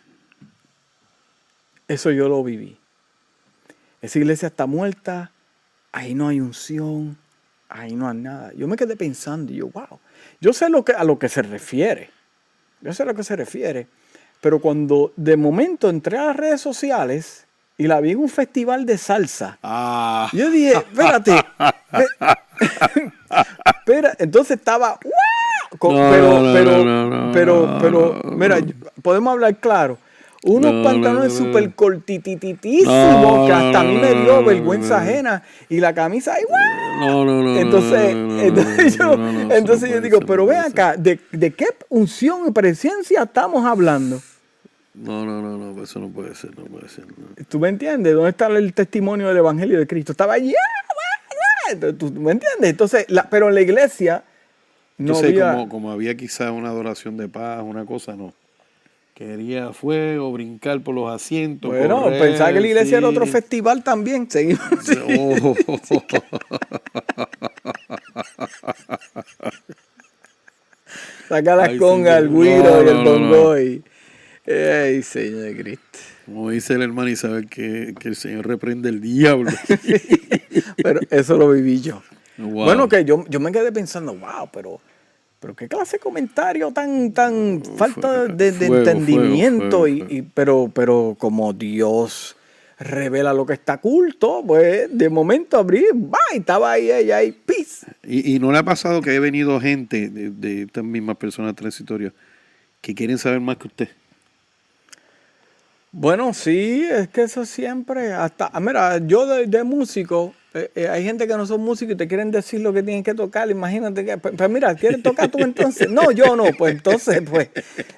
Eso yo lo viví. Esa iglesia está muerta. Ahí no hay unción. Ahí no hay nada. Yo me quedé pensando y yo, wow. Yo sé lo que, a lo que se refiere. Yo sé a lo que se refiere. Pero cuando de momento entré a las redes sociales y la vi en un festival de salsa, Ah, yo dije, espérate. ve- Espera, entonces estaba, ¡guau! Con- No, pero, no, pero, no, no, pero, no, pero, no, mira, no. podemos hablar claro. Unos No, pantalones no, no, súper no. cortititísimos No, que hasta a mí no, me no, dio no, vergüenza no, no. ajena y la camisa ahí, ¡guau! no, no, no. Entonces, no, no, no, entonces no, yo, no, no, eso entonces no yo puede digo, ser, pero no ven puede ser. acá, ¿de, ¿de qué unción y presencia estamos hablando? No, no, no, no, eso no puede ser, no puede ser. No. ¿Tú me entiendes? ¿Dónde está el testimonio del Evangelio de Cristo? Estaba allí, ¡ah, ah! ¿Tú, tú me entiendes? Entonces, la- pero en la iglesia no Entonces, había... como, como había quizás una adoración de paz, una cosa, no. Quería fuego, brincar por los asientos. Bueno, correr, pensaba que la iglesia era otro sí. festival también. Seguimos. Oh. Saca las Ay, congas, el señor. güiro No, y el no, no, no. bongoy. Ay, Señor Cristo. Como dice el hermano Isabel, que, que el Señor reprende el diablo. Pero eso lo viví yo. Wow. Bueno, que yo, yo me quedé pensando, wow, pero, pero qué clase de comentario tan, tan falta de, de Fuego, entendimiento. fuego, fuego, y, fuego. y pero, pero como Dios revela lo que está oculto, pues de momento abrí, va, y estaba ahí ella y pis. Y, y no le ha pasado que he venido gente de, de estas mismas personas transitorias que quieren saber más que usted. Bueno, sí, es que eso siempre, hasta, ah, mira, yo de, de músico, eh, eh, hay gente que no son músicos y te quieren decir lo que tienen que tocar, imagínate que, pues, pues mira, ¿quieres tocar tú entonces? No, yo no, pues entonces, pues.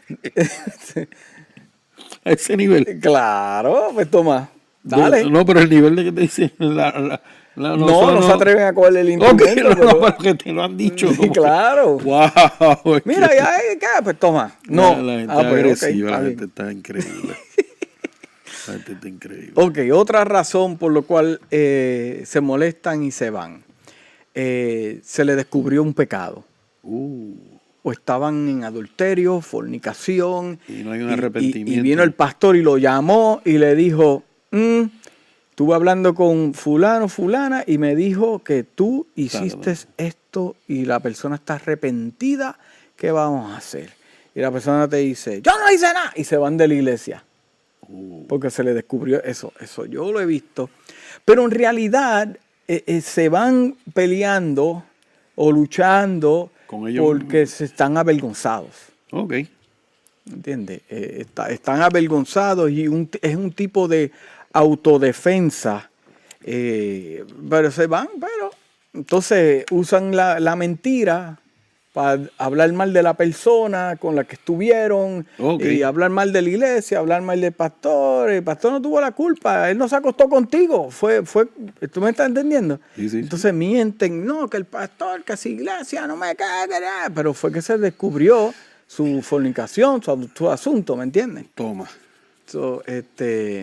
A ese nivel. Claro, pues toma, dale. No, no, pero el nivel de que te dicen. La, la, la, no, no, no se atreven a coger el instrumento. Okay, no, pero, no, pero que te lo han dicho. Sí, claro. Wow. Mira, ya, ¿qué? Pues toma. No. La, la gente ah, pues, agresiva, okay, la está gente bien. está increíble. La gente está increíble. Ok, otra razón por la cual eh, se molestan y se van. Eh, se le descubrió un pecado. Uh. O estaban en adulterio, fornicación. Y no hay un y, arrepentimiento. Y, y vino el pastor y lo llamó y le dijo, mm, estuve hablando con fulano, fulana, y me dijo que tú hiciste Claro. esto y la persona está arrepentida. ¿Qué vamos a hacer? Y la persona te dice, yo no hice nada. Y se van de la iglesia. Uh. Porque se le descubrió eso. Eso yo lo he visto. Pero en realidad eh, eh, se van peleando o luchando Con ellos porque mismos. se están avergonzados. Ok. ¿Entiendes? Eh, está- están avergonzados y un, es un tipo de autodefensa. Eh, pero se van, pero entonces usan la, la mentira para hablar mal de la persona con la que estuvieron, Ok. y hablar mal de la iglesia, hablar mal del pastor. El pastor no tuvo la culpa, él no se acostó contigo. Fue, fue, ¿tú me estás entendiendo? Sí, sí, sí. Entonces mienten, no, que el pastor, que esa iglesia no me caga, pero fue que se descubrió su fornicación, su, su asunto, ¿me entiendes? Toma. So, este,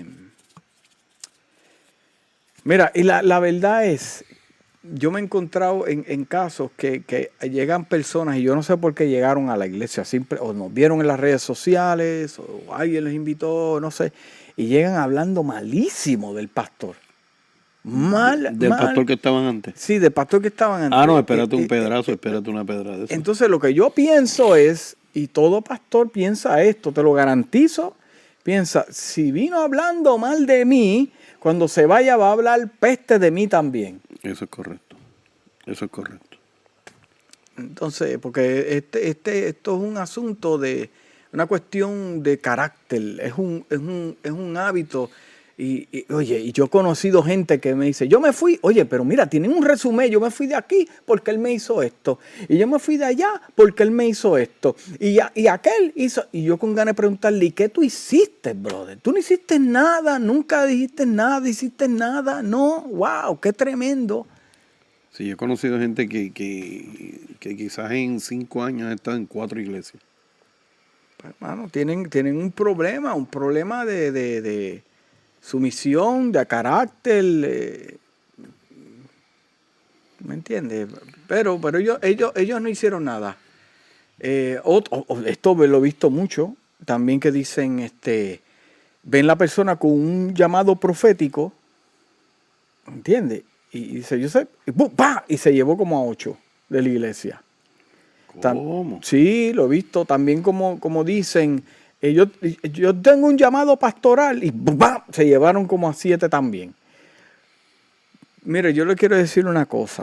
mira, y la, la verdad es, yo me he encontrado en, en casos que, que llegan personas, y yo no sé por qué llegaron a la iglesia, simple, o nos vieron en las redes sociales, o alguien les invitó, no sé, y llegan hablando malísimo del pastor. Mal, Del mal. pastor que estaban antes. Sí, del pastor que estaban antes. Ah, no, espérate Eh, un eh, pedrazo, eh, espérate una pedrada de eso. Entonces lo que yo pienso es, y todo pastor piensa esto, te lo garantizo, piensa, si vino hablando mal de mí, cuando se vaya va a hablar peste de mí también. Eso es correcto. Eso es correcto. Entonces, porque este, este, esto es un asunto de, una cuestión de carácter, es un, es un, es un hábito. Y, y, oye, y yo he conocido gente que me dice, yo me fui, oye, pero mira, tienen un resumen, yo me fui de aquí porque él me hizo esto, y yo me fui de allá porque él me hizo esto, y, ya, y aquel hizo, y yo con ganas de preguntarle, ¿y qué tú hiciste, brother? Tú no hiciste nada, nunca dijiste nada, hiciste nada, no, wow, qué tremendo. Sí, yo he conocido gente que, que, que quizás en cinco años ha estado en cuatro iglesias. Hermano, tienen, tienen un problema, un problema de, de, de sumisión, de carácter, eh, ¿me entiendes? Pero, pero ellos, ellos, ellos no hicieron nada. Eh, o- o- esto lo he visto mucho, también que dicen, este, ven la persona con un llamado profético, ¿entiendes? Y, y dice, yo sé, y, ¡pum! ¡Pah! Y se llevó como a ocho de la iglesia. Tam- ¿Cómo? Sí, lo he visto. También como, como dicen, eh, yo, yo tengo un llamado pastoral y ¡bam! Se llevaron como a siete también. Mire, yo le quiero decir una cosa.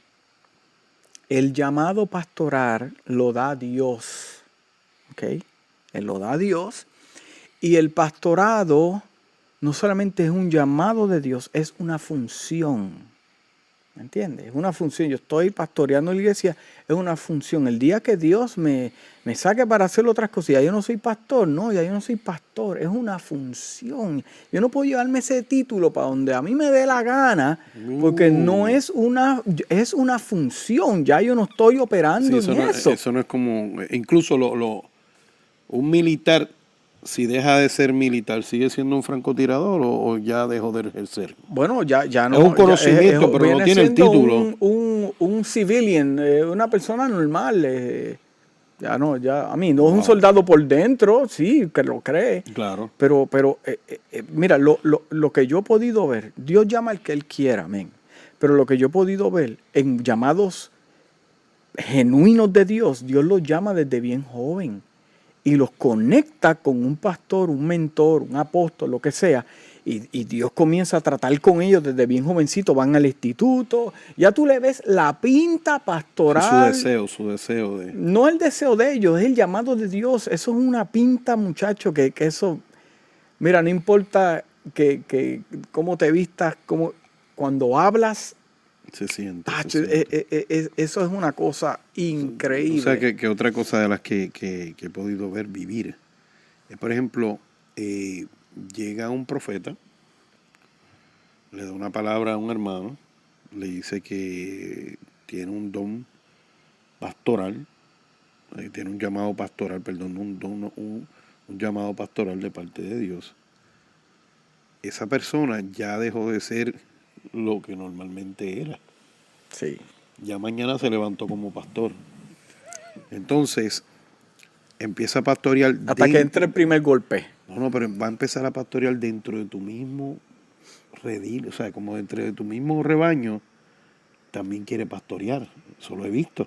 El llamado pastoral lo da Dios. ¿Ok? Él lo da Dios. Y el pastorado no solamente es un llamado de Dios, es una función. ¿Me entiendes? Es una función. Yo estoy pastoreando la iglesia, es una función. El día que Dios me, me saque para hacer otras cosas, ya yo no soy pastor, no, ya yo no soy pastor, es una función. Yo no puedo llevarme ese título para donde a mí me dé la gana, porque no es una, es una función, ya yo no estoy operando Sí, eso, en no, eso. eso no es como, incluso lo, lo, un militar, si deja de ser militar, ¿sigue siendo un francotirador o, o ya dejó de ejercer? Bueno, ya, ya no. Es un conocimiento, ya, es- pero no viene tiene el siendo título. Un, un, un civilian, eh, una persona normal. eh, ya no, ya, a mí, no es un Wow. soldado por dentro, sí, que lo cree. Claro. Pero, pero eh, eh, eh, mira, lo, lo, lo que yo he podido ver, Dios llama al que Él quiera, amén. Pero lo que yo he podido ver en llamados genuinos de Dios, Dios los llama desde bien joven y los conecta con un pastor, un mentor, un apóstol, lo que sea. Y, y Dios comienza a tratar con ellos desde bien jovencito, van al instituto, ya tú le ves la pinta pastoral. Su deseo, su deseo de... No el deseo de ellos, es el llamado de Dios. Eso es una pinta, muchacho, que, que eso, mira, no importa que, que cómo te vistas, cómo, cuando hablas, se siente. ah, se siente. eh, eh, eh, eso es una cosa increíble. O sea, que, que otra cosa de las que, que, que he podido ver vivir es, por ejemplo, eh, llega un profeta, le da una palabra a un hermano, le dice que tiene un don pastoral, eh, tiene un llamado pastoral, perdón, un, don, un, un llamado pastoral de parte de Dios. Esa persona ya dejó de ser lo que normalmente era. Sí. Ya mañana se levantó como pastor. Entonces, empieza a pastorear. Hasta de, que entre el primer golpe. No, no, pero va a empezar a pastorear dentro de tu mismo redil, o sea, como dentro de tu mismo rebaño, también quiere pastorear. Eso lo he visto.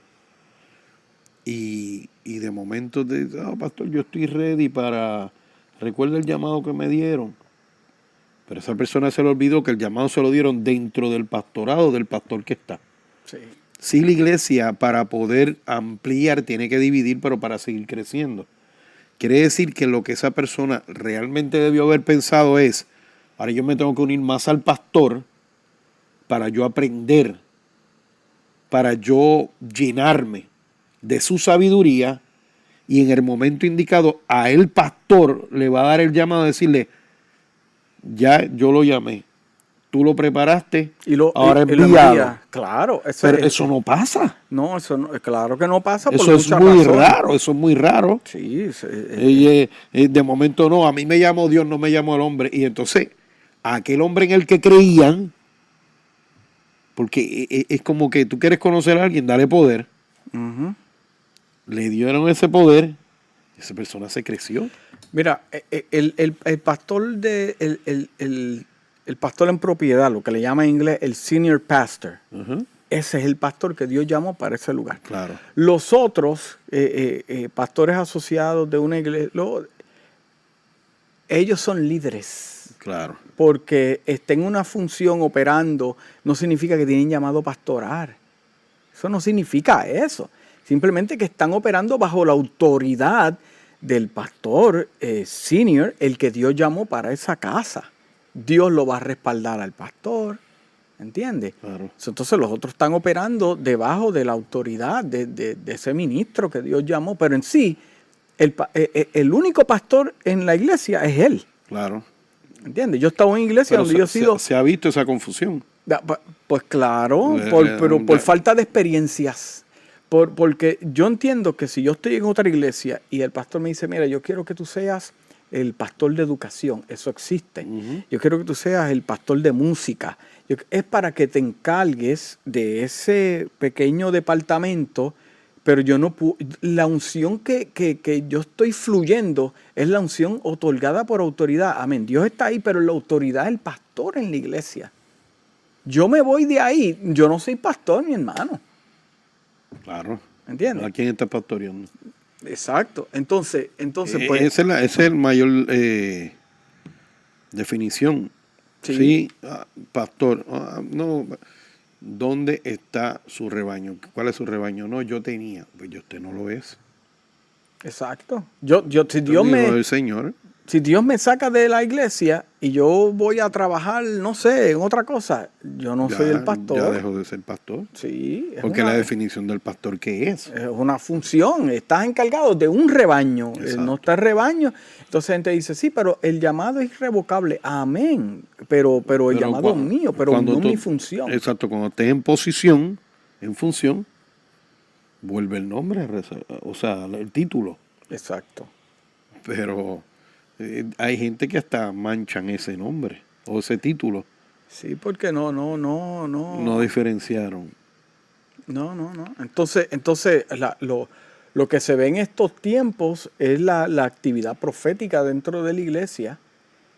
Y, y de momento, de, oh, pastor, yo estoy ready para... Recuerda el llamado que me dieron. Pero esa persona se le olvidó que el llamado se lo dieron dentro del pastorado del pastor que está. Sí. Sí, la iglesia para poder ampliar tiene que dividir, pero para seguir creciendo. Quiere decir que lo que esa persona realmente debió haber pensado es, ahora yo me tengo que unir más al pastor para yo aprender, para yo llenarme de su sabiduría, y en el momento indicado a el pastor le va a dar el llamado a decirle, ya yo lo llamé, tú lo preparaste, y lo, ahora y, envíalo. Y lo envía. Claro. Eso, pero es, eso no pasa. No, eso no, claro que no pasa. Eso por es muchas muy razones. raro, eso es muy raro. Sí. sí eh, y, eh, eh, de momento no, a mí me llamó Dios, no me llamó el hombre. Y entonces, aquel hombre en el que creían, porque es, es como que tú quieres conocer a alguien, dale poder. Uh-huh. Le dieron ese poder, esa persona se creció. Mira, el, el, el pastor de el, el, el, el pastor en propiedad, lo que le llama en inglés el senior pastor, uh-huh. Ese es el pastor que Dios llamó para ese lugar. Claro. Los otros eh, eh, eh, pastores asociados de una iglesia, lo, ellos son líderes. Claro. Porque estén en una función operando no significa que tienen llamado a pastorar. Eso no significa eso. Simplemente que están operando bajo la autoridad del pastor eh, senior, el que Dios llamó para esa casa. Dios lo va a respaldar al pastor, ¿entiendes? Claro. Entonces los otros están operando debajo de la autoridad de, de, de ese ministro que Dios llamó, pero en sí, el, el, el único pastor en la iglesia es él. Claro. ¿Entiendes? Yo he estado en iglesia pero donde se, yo he sido... Se, se ha visto esa confusión. Pues claro, Le, por, le, pero le, por falta de experiencias. Por, porque yo entiendo que si yo estoy en otra iglesia y el pastor me dice, mira, yo quiero que tú seas el pastor de educación, eso existe. Uh-huh. Yo quiero que tú seas el pastor de música. Yo, es para que te encargues de ese pequeño departamento, pero yo no puedo, la unción que, que, que yo estoy fluyendo es la unción otorgada por autoridad. Amén. Dios está ahí, pero la autoridad es el pastor en la iglesia. Yo me voy de ahí, yo no soy pastor, mi hermano. Claro. ¿Entiendes? ¿A quién está pastoreando? Exacto. Entonces, entonces eh, pues... Esa es, la, esa es el mayor eh, definición. Sí, sí ah, pastor. Ah, no, ¿dónde está su rebaño? ¿Cuál es su rebaño? No, yo tenía. Pues yo usted no lo es. Exacto. Yo, yo, si Dios me... El Señor. Si Dios me saca de la iglesia y yo voy a trabajar, no sé, en otra cosa, yo no ya, soy el pastor. Ya dejo de ser pastor. Sí. Es Porque una, la definición del pastor, ¿qué es? Es una función. Estás encargado de un rebaño. Exacto. No está el rebaño. Entonces la gente dice, sí, pero el llamado es irrevocable. Amén. Pero, pero el pero llamado cuando, es mío, pero no tú, mi función. Exacto. Cuando estés en posición, en función, vuelve el nombre, o sea, el título. Exacto. Pero... hay gente que hasta manchan ese nombre o ese título. Sí, porque no, no, no, no. No diferenciaron. No, no, no. Entonces, entonces la, lo, lo que se ve en estos tiempos es la, la actividad profética dentro de la iglesia.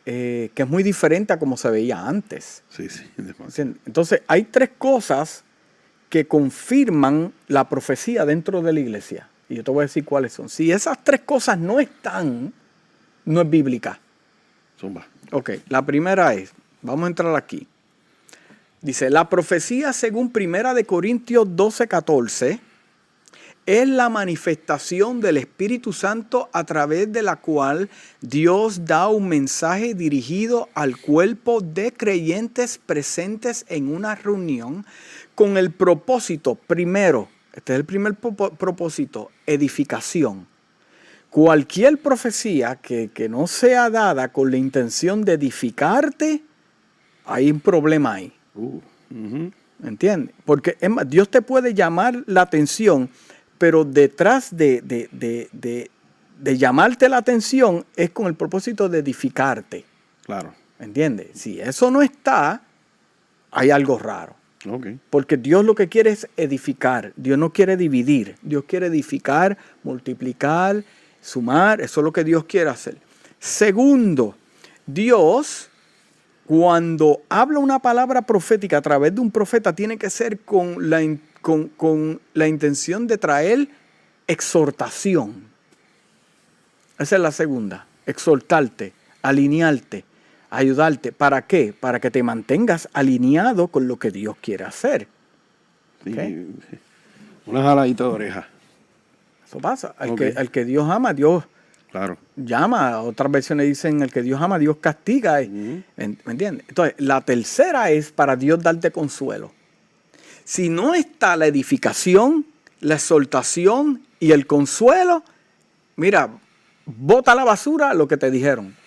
eh, que es muy diferente a como se veía antes. Sí, sí. Entonces, hay tres cosas que confirman la profecía dentro de la iglesia. Y yo te voy a decir cuáles son. Si esas tres cosas no están, no es bíblica. Zumba. Ok, la primera es, vamos a entrar aquí. Dice, la profecía según Primera de Corintios doce, catorce, es la manifestación del Espíritu Santo a través de la cual Dios da un mensaje dirigido al cuerpo de creyentes presentes en una reunión con el propósito, primero, este es el primer propósito, edificación. Cualquier profecía que, que no sea dada con la intención de edificarte, hay un problema ahí. Uh, uh-huh. ¿Entiendes? Porque es más, Dios te puede llamar la atención, pero detrás de, de, de, de, de llamarte la atención es con el propósito de edificarte. Claro. ¿Entiendes? Si eso no está, hay algo raro. Okay. Porque Dios lo que quiere es edificar. Dios no quiere dividir. Dios quiere edificar, multiplicar, sumar. Eso es lo que Dios quiere hacer. Segundo, Dios, cuando habla una palabra profética a través de un profeta, tiene que ser con la, con, con la intención de traer exhortación. Esa es la segunda. Exhortarte, alinearte, ayudarte. ¿Para qué? Para que te mantengas alineado con lo que Dios quiere hacer. Sí, ¿Okay? Una jaladita de oreja. Eso pasa. Al, Okay. que, al que Dios ama, Dios claro. llama. Otras versiones dicen, el que Dios ama, Dios castiga. Uh-huh. ¿Me entiendes? Entonces, la tercera es para Dios darte consuelo. Si no está la edificación, la exhortación y el consuelo, mira, bota a la basura lo que te dijeron.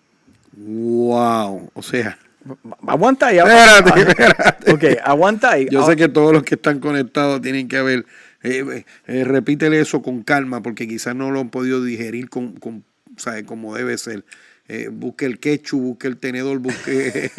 Wow, o sea. Aguanta ahí. Espérate, espérate. Ok, aguanta ahí. Yo sé que todos los que están conectados tienen que haber. Eh, eh, repítele eso con calma, porque quizás no lo han podido digerir con, con, ¿sabe? Como debe ser. Eh, busque el ketchup, busque el tenedor, busque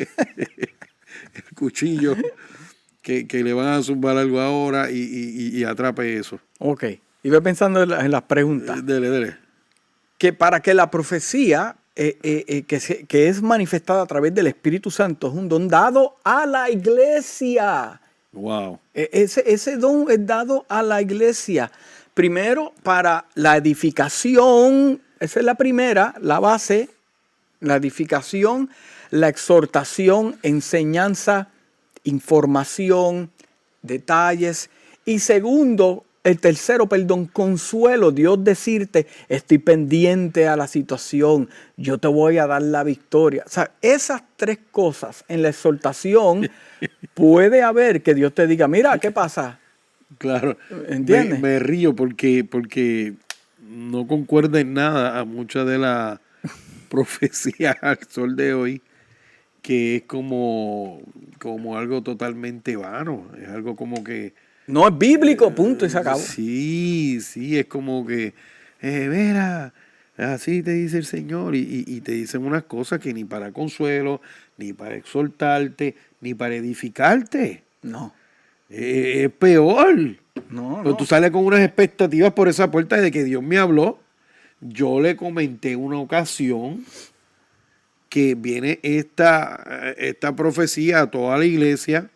el cuchillo, que, que le van a zumbar algo ahora y, y, y atrape eso. Ok, y ve pensando en, la, en las preguntas. Eh, dele, dele. Que para que la profecía eh, eh, eh, que, se, que es manifestada a través del Espíritu Santo es un don dado a la iglesia. Wow. Ese, ese don es dado a la iglesia. Primero, para la edificación, esa es la primera, la base, la edificación, la exhortación, enseñanza, información, detalles. Y segundo, el tercero, perdón, consuelo. Dios decirte, estoy pendiente a la situación, yo te voy a dar la victoria. O sea, esas tres cosas en la exhortación puede haber que Dios te diga, mira, ¿qué pasa? Claro. ¿Entiendes? Me, me río porque, porque no concuerda en nada a mucha de la profecía al sol de hoy, que es como, como algo totalmente vano. Es algo como que... No es bíblico, punto, y se acabó. Sí, sí, es como que, eh, mira, así te dice el Señor, y, y, y te dicen unas cosas que ni para consuelo, ni para exhortarte, ni para edificarte. No. Eh, es peor. No, Pero no. tú sales con unas expectativas por esa puerta de que Dios me habló. Yo le comenté una ocasión que viene esta, esta profecía a toda la iglesia,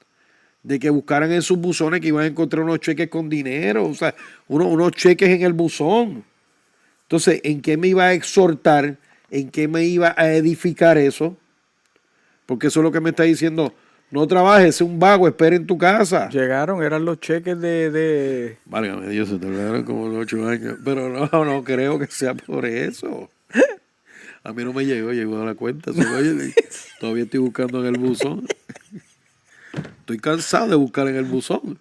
de que buscaran en sus buzones que iban a encontrar unos cheques con dinero, o sea, unos, unos cheques en el buzón. Entonces, ¿en qué me iba a exhortar? ¿En qué me iba a edificar eso? Porque eso es lo que me está diciendo. No trabajes, sé un vago, espera en tu casa. Llegaron, eran los cheques de... de... Válgame Dios, se tardaron como los ocho años. Pero no, no creo que sea por eso. A mí no me llegó, llegó a la cuenta. Oye, todavía estoy buscando en el buzón. Estoy cansado de buscar en el buzón.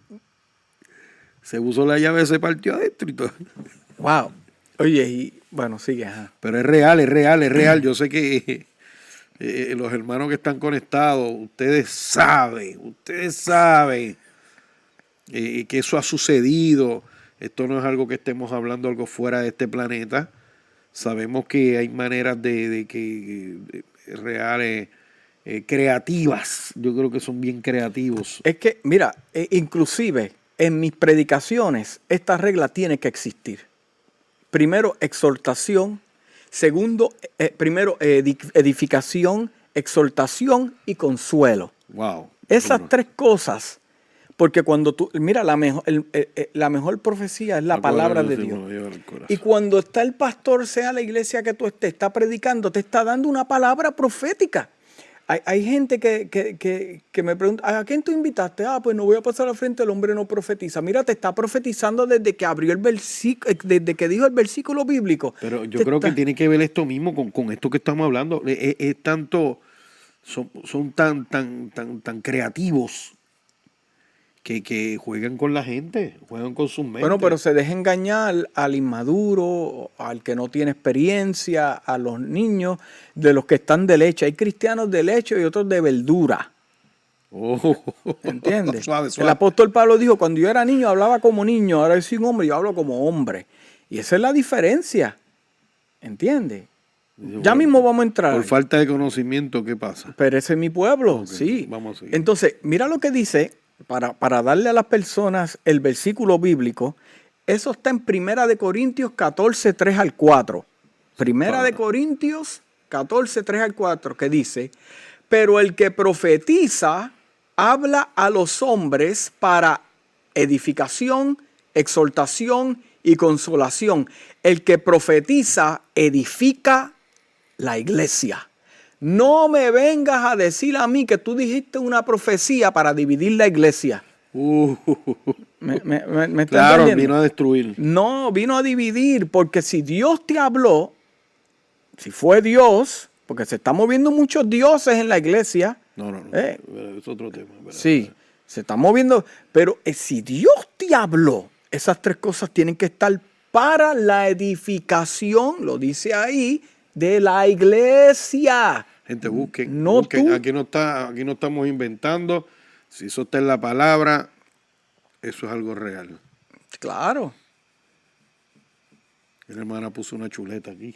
Se puso la llave, se partió adentro y todo. Wow. Oye, y bueno, sigue. Ajá. Pero es real, es real, es real. Yo sé que eh, los hermanos que están conectados, ustedes saben, ustedes saben eh, que eso ha sucedido. Esto no es algo que estemos hablando, algo fuera de este planeta. Sabemos que hay maneras de, de que de, reales... Eh, creativas, yo creo que son bien creativos. Es que, mira, eh, inclusive en mis predicaciones, esta regla tiene que existir. Primero, exhortación. Segundo, eh, primero, edificación, exhortación y consuelo. Wow. Esas Duro. tres cosas, porque cuando tú, mira, la mejor, el, el, la mejor profecía es la palabra de Dios. Y cuando está el pastor, sea la iglesia que tú estés, está predicando, te está dando una palabra profética. Hay, hay gente que, que, que, que me pregunta, ¿a quién tú invitaste? Ah, pues no voy a pasar al frente, el hombre no profetiza. Mira, te está profetizando desde que abrió el versículo, desde que dijo el versículo bíblico. Pero yo te creo está... que tiene que ver esto mismo con, con esto que estamos hablando. Es, es tanto, son, son tan, tan, tan, tan creativos que, que juegan con la gente, juegan con sus mentes. Bueno, pero se deja engañar al inmaduro, al que no tiene experiencia, a los niños, de los que están de leche. Hay cristianos de leche y otros de verdura. Oh. ¿Entiendes? Suave, suave. El apóstol Pablo dijo, cuando yo era niño hablaba como niño, ahora yo soy un hombre y yo hablo como hombre. Y esa es la diferencia. ¿Entiendes? Bueno, ya mismo vamos a entrar. Por falta de conocimiento, ¿qué pasa? Pero ese es mi pueblo, Okay, sí. Vamos a seguir. Entonces, mira lo que dice, para, para darle a las personas el versículo bíblico. Eso está en Primera de Corintios catorce, tres al cuatro. Primera Para. de Corintios catorce, tres al cuatro, que dice, pero el que profetiza habla a los hombres para edificación, exhortación y consolación. El que profetiza edifica la iglesia. No me vengas a decir a mí que tú dijiste una profecía para dividir la iglesia. Uh, ¿Me, me, me, me está claro, entendiendo? vino a destruir. No, vino a dividir, porque si Dios te habló, si fue Dios, porque se están moviendo muchos dioses en la iglesia. No, no, no. Eh, es otro tema. ¿Verdad? Sí, se están moviendo, pero eh, si Dios te habló, esas tres cosas tienen que estar para la edificación, lo dice ahí, de la iglesia. Gente, busquen. No busquen. tú. Aquí, no está, aquí no estamos inventando. Si eso está en la palabra, eso es algo real. Claro. Mi hermana puso una chuleta aquí.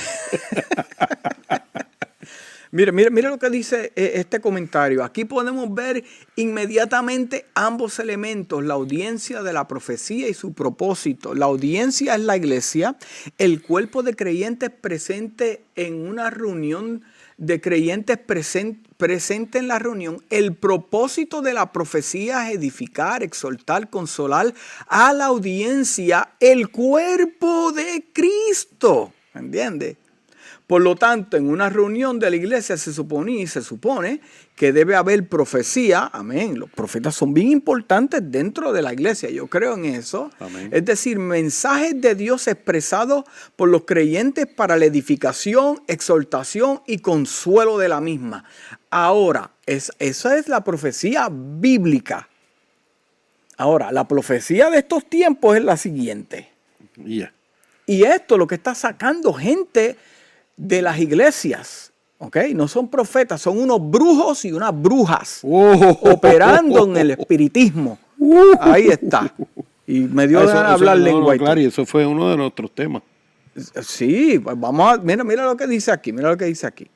Mira, mira, mira lo que dice eh, este comentario. Aquí podemos ver inmediatamente ambos elementos, la audiencia de la profecía y su propósito. La audiencia es la iglesia, el cuerpo de creyentes presente en una reunión de creyentes presente, presente en la reunión. El propósito de la profecía es edificar, exhortar, consolar a la audiencia, el cuerpo de Cristo. ¿Entiendes? Por lo tanto, en una reunión de la iglesia se supone y se supone que debe haber profecía. Amén. Los profetas son bien importantes dentro de la iglesia. Yo creo en eso. Amén. Es decir, mensajes de Dios expresados por los creyentes para la edificación, exhortación y consuelo de la misma. Ahora, es, esa es la profecía bíblica. Ahora, la profecía de estos tiempos es la siguiente. Yeah. Y esto es lo que está sacando gente de las iglesias, ¿ok? No son profetas, son unos brujos y unas brujas Oh. operando en el espiritismo. Ahí está. Y me dio Ah, eso- ganas de eso- hablar no, lengua. no, y todo. claro, y eso fue uno de nuestros temas. Sí, pues vamos a, mira, mira lo que dice aquí, mira lo que dice aquí.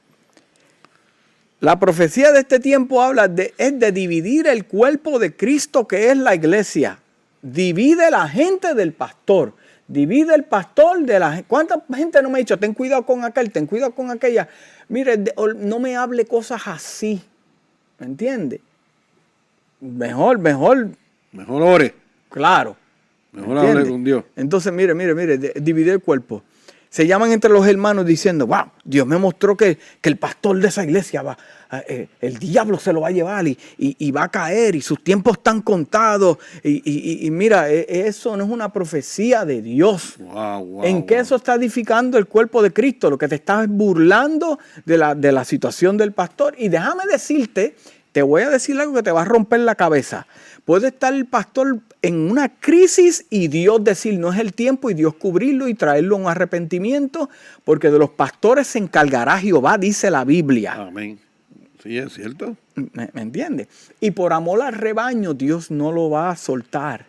La profecía de este tiempo habla de, es de dividir el cuerpo de Cristo que es la iglesia. Divide la gente del pastor. Divide el pastor de la gente. ¿Cuánta gente no me ha dicho, ten cuidado con aquel, ten cuidado con aquella? Mire, de, no me hable cosas así. ¿Me entiende? Mejor, mejor, Mejor ore. claro. Mejor ¿Entiende? hable con Dios. Entonces, mire, mire, mire, de- dividir el cuerpo. Se llaman entre los hermanos diciendo, wow, Dios me mostró que, que el pastor de esa iglesia va, eh, el diablo se lo va a llevar y, y, y va a caer y sus tiempos están contados. Y, y, y mira, eh, eso no es una profecía de Dios. Wow, wow, ¿En qué wow. eso está edificando el cuerpo de Cristo? Lo que te estás burlando de la, de la situación del pastor. Y déjame decirte, te voy a decir algo que te va a romper la cabeza. Puede estar el pastor en una crisis y Dios decir no es el tiempo y Dios cubrirlo y traerlo a un arrepentimiento, porque de los pastores se encargará Jehová, dice la Biblia. Amén. Sí, es cierto. ¿Me, me entiendes? Y por amor al rebaño Dios no lo va a soltar.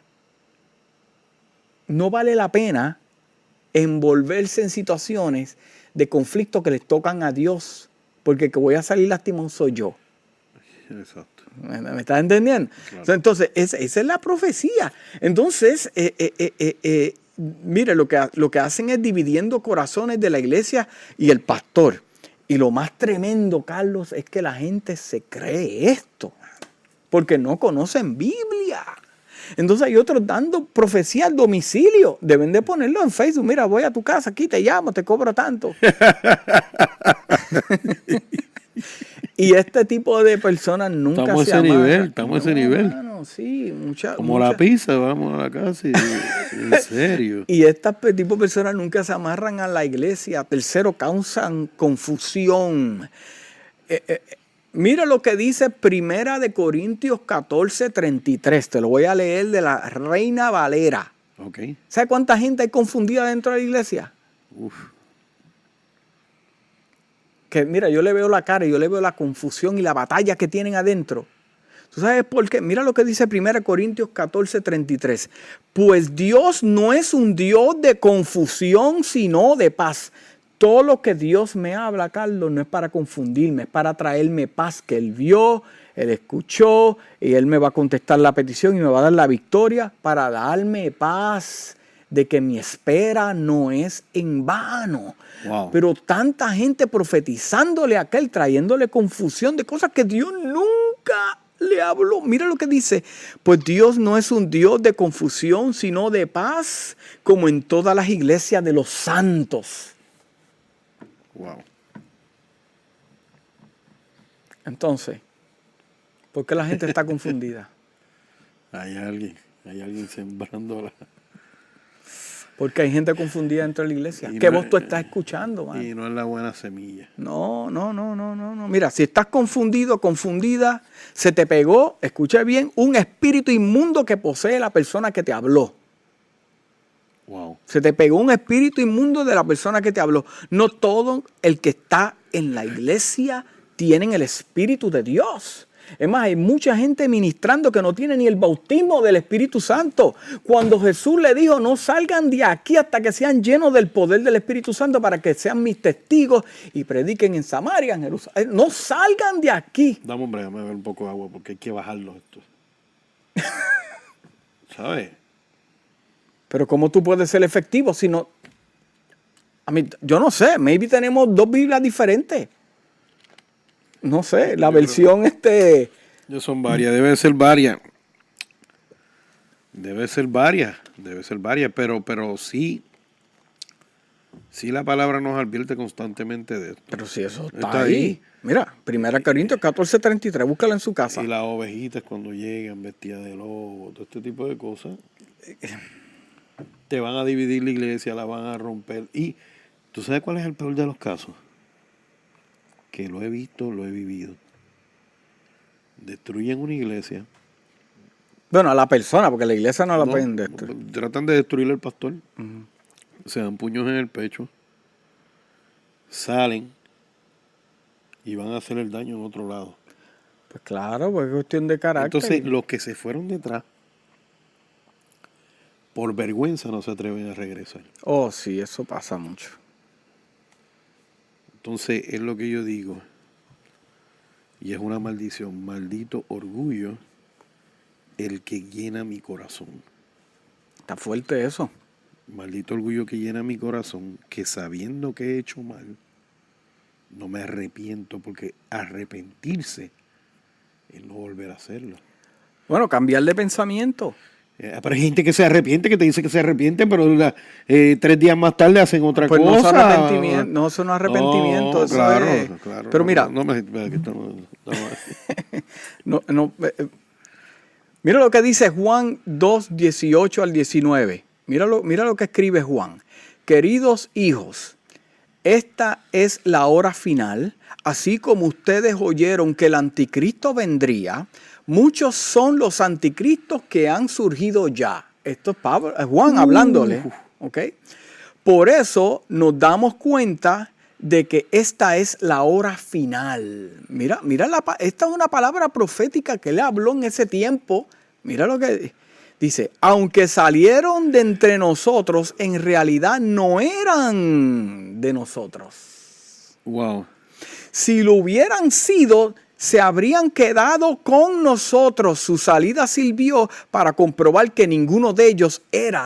No vale la pena envolverse en situaciones de conflicto que les tocan a Dios, porque el que voy a salir lastimado soy yo. Exacto. ¿Me, me estás entendiendo? Claro. Entonces, esa, esa es la profecía. Entonces, eh, eh, eh, eh, mire, lo que, lo que hacen es dividiendo corazones de la iglesia y el pastor. Y lo más tremendo, Carlos, es que la gente se cree esto, porque no conocen Biblia. Entonces hay otros dando profecía al domicilio. Deben de ponerlo en Facebook. Mira, voy a tu casa, aquí te llamo, te cobro tanto. Y este tipo de personas nunca estamos se a ese amarran. nivel, estamos a ese nivel. Mano, sí, mucha, Como mucha... la pizza, vamos a la casa y, en serio. Y este tipo de personas nunca se amarran a la iglesia. Tercero, causan confusión. Eh, eh, mira lo que dice Primera de Corintios catorce, treinta y tres. Te lo voy a leer de la Reina Valera. Okay. ¿Sabes cuánta gente hay confundida dentro de la iglesia? Uf. Que mira, yo le veo la cara y yo le veo la confusión y la batalla que tienen adentro. ¿Tú sabes por qué? Mira lo que dice Primera Corintios catorce, treinta y tres. Pues Dios no es un Dios de confusión, sino de paz. Todo lo que Dios me habla, Carlos, no es para confundirme, es para traerme paz que Él vio, Él escuchó y Él me va a contestar la petición y me va a dar la victoria para darme paz de que mi espera no es en vano. Wow. Pero tanta gente profetizándole a aquel, trayéndole confusión de cosas que Dios nunca le habló. Mira lo que dice, pues Dios no es un Dios de confusión, sino de paz, como en todas las iglesias de los santos. Wow. Entonces, ¿por qué la gente está confundida? Hay alguien, hay alguien sembrando la... Porque hay gente confundida dentro de la iglesia. Y ¿Qué no voz tú es- estás escuchando, man? Y no es la buena semilla. No, no, no, no, no, no. Mira, si estás confundido, confundida, se te pegó, escucha bien, un espíritu inmundo que posee la persona que te habló. Wow. Se te pegó un espíritu inmundo de la persona que te habló. No todo el que está en la iglesia tiene el Espíritu de Dios. Es más, hay mucha gente ministrando que no tiene ni el bautismo del Espíritu Santo. Cuando Jesús le dijo, no salgan de aquí hasta que sean llenos del poder del Espíritu Santo para que sean mis testigos y prediquen en Samaria, en Jerusalén. No salgan de aquí. Dame, hombre, déjame ver un poco de agua porque hay que bajarlo esto. ¿Sabes? Pero ¿cómo tú puedes ser efectivo si no? A mí, yo no sé, maybe tenemos dos Biblias diferentes. No sé, la Yo versión este... Ya son varias, debe ser varias. Debe ser varias, debe ser varias, pero, pero sí, sí la palabra nos advierte constantemente de esto. Pero si eso está, Está ahí. ahí. Mira, Primera Corintios catorce, treinta y tres, búscala en su casa. Y las ovejitas cuando llegan vestidas de lobo, todo este tipo de cosas, te van a dividir la iglesia, la van a romper. Y ¿tú sabes cuál es el peor de los casos? Que lo he visto, lo he vivido. Destruyen una iglesia. Bueno, a la persona, porque la iglesia no la No, pueden destruir. Tratan de destruir al pastor. Ujú. Se dan puños en el pecho. Salen y van a hacer el daño en otro lado. Pues claro, pues es cuestión de carácter. Entonces, los que se fueron detrás, por vergüenza no se atreven a regresar. Oh, sí, eso pasa mucho. Entonces, es lo que yo digo. Y es una maldición. Maldito orgullo el que llena mi corazón. Está fuerte eso. Maldito orgullo que llena mi corazón, que sabiendo que he hecho mal, no me arrepiento, porque arrepentirse es no volver a hacerlo. Bueno, cambiar de pensamiento. Eh, pero hay gente que se arrepiente, que te dice que se arrepienten, pero la- eh, tres días más tarde hacen otra Pues no es cosa. arrepentimiento, no es un arrepentimiento. No, eso claro, es- claro. Pero mira, No, no me... que estamos- estamos- no, no, eh, eh, mira lo que dice Juan dos, dieciocho al diecinueve. Mira lo, mira lo que escribe Juan. Queridos hijos, esta es la hora final. Así como ustedes oyeron que el anticristo vendría, muchos son los anticristos que han surgido ya. Esto es Pablo, es Juan hablándole. ¿Ok? Por eso nos damos cuenta de que esta es la hora final. Mira, mira la, pa- esta es una palabra profética que él habló en ese tiempo. Mira lo que dice. Aunque salieron de entre nosotros, en realidad no eran de nosotros. Wow. Si lo hubieran sido, se habrían quedado con nosotros. Su salida sirvió para comprobar que ninguno de ellos era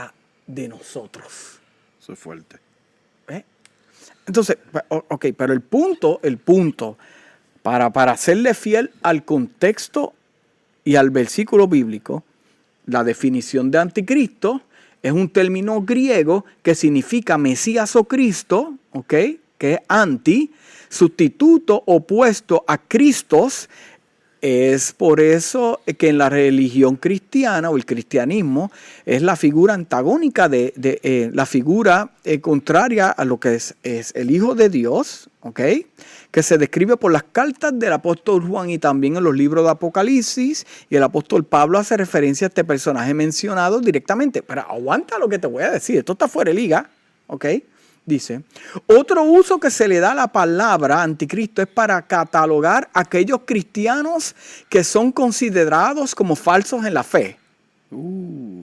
de nosotros. Eso es fuerte. ¿Eh? Entonces, ok, pero el punto, el punto, para, para serle fiel al contexto y al versículo bíblico, la definición de anticristo es un término griego que significa Mesías o Cristo, ok, que es anti, sustituto opuesto a Cristos. Es por eso que en la religión cristiana o el cristianismo es la figura antagónica de, de eh, la figura eh, contraria a lo que es, es el Hijo de Dios, ¿ok? Que se describe por las cartas del apóstol Juan y también en los libros de Apocalipsis, y el apóstol Pablo hace referencia a este personaje mencionado directamente. Pero aguanta lo que te voy a decir, esto está fuera de liga, ¿ok? Dice, otro uso que se le da a la palabra anticristo es para catalogar a aquellos cristianos que son considerados como falsos en la fe. Uh,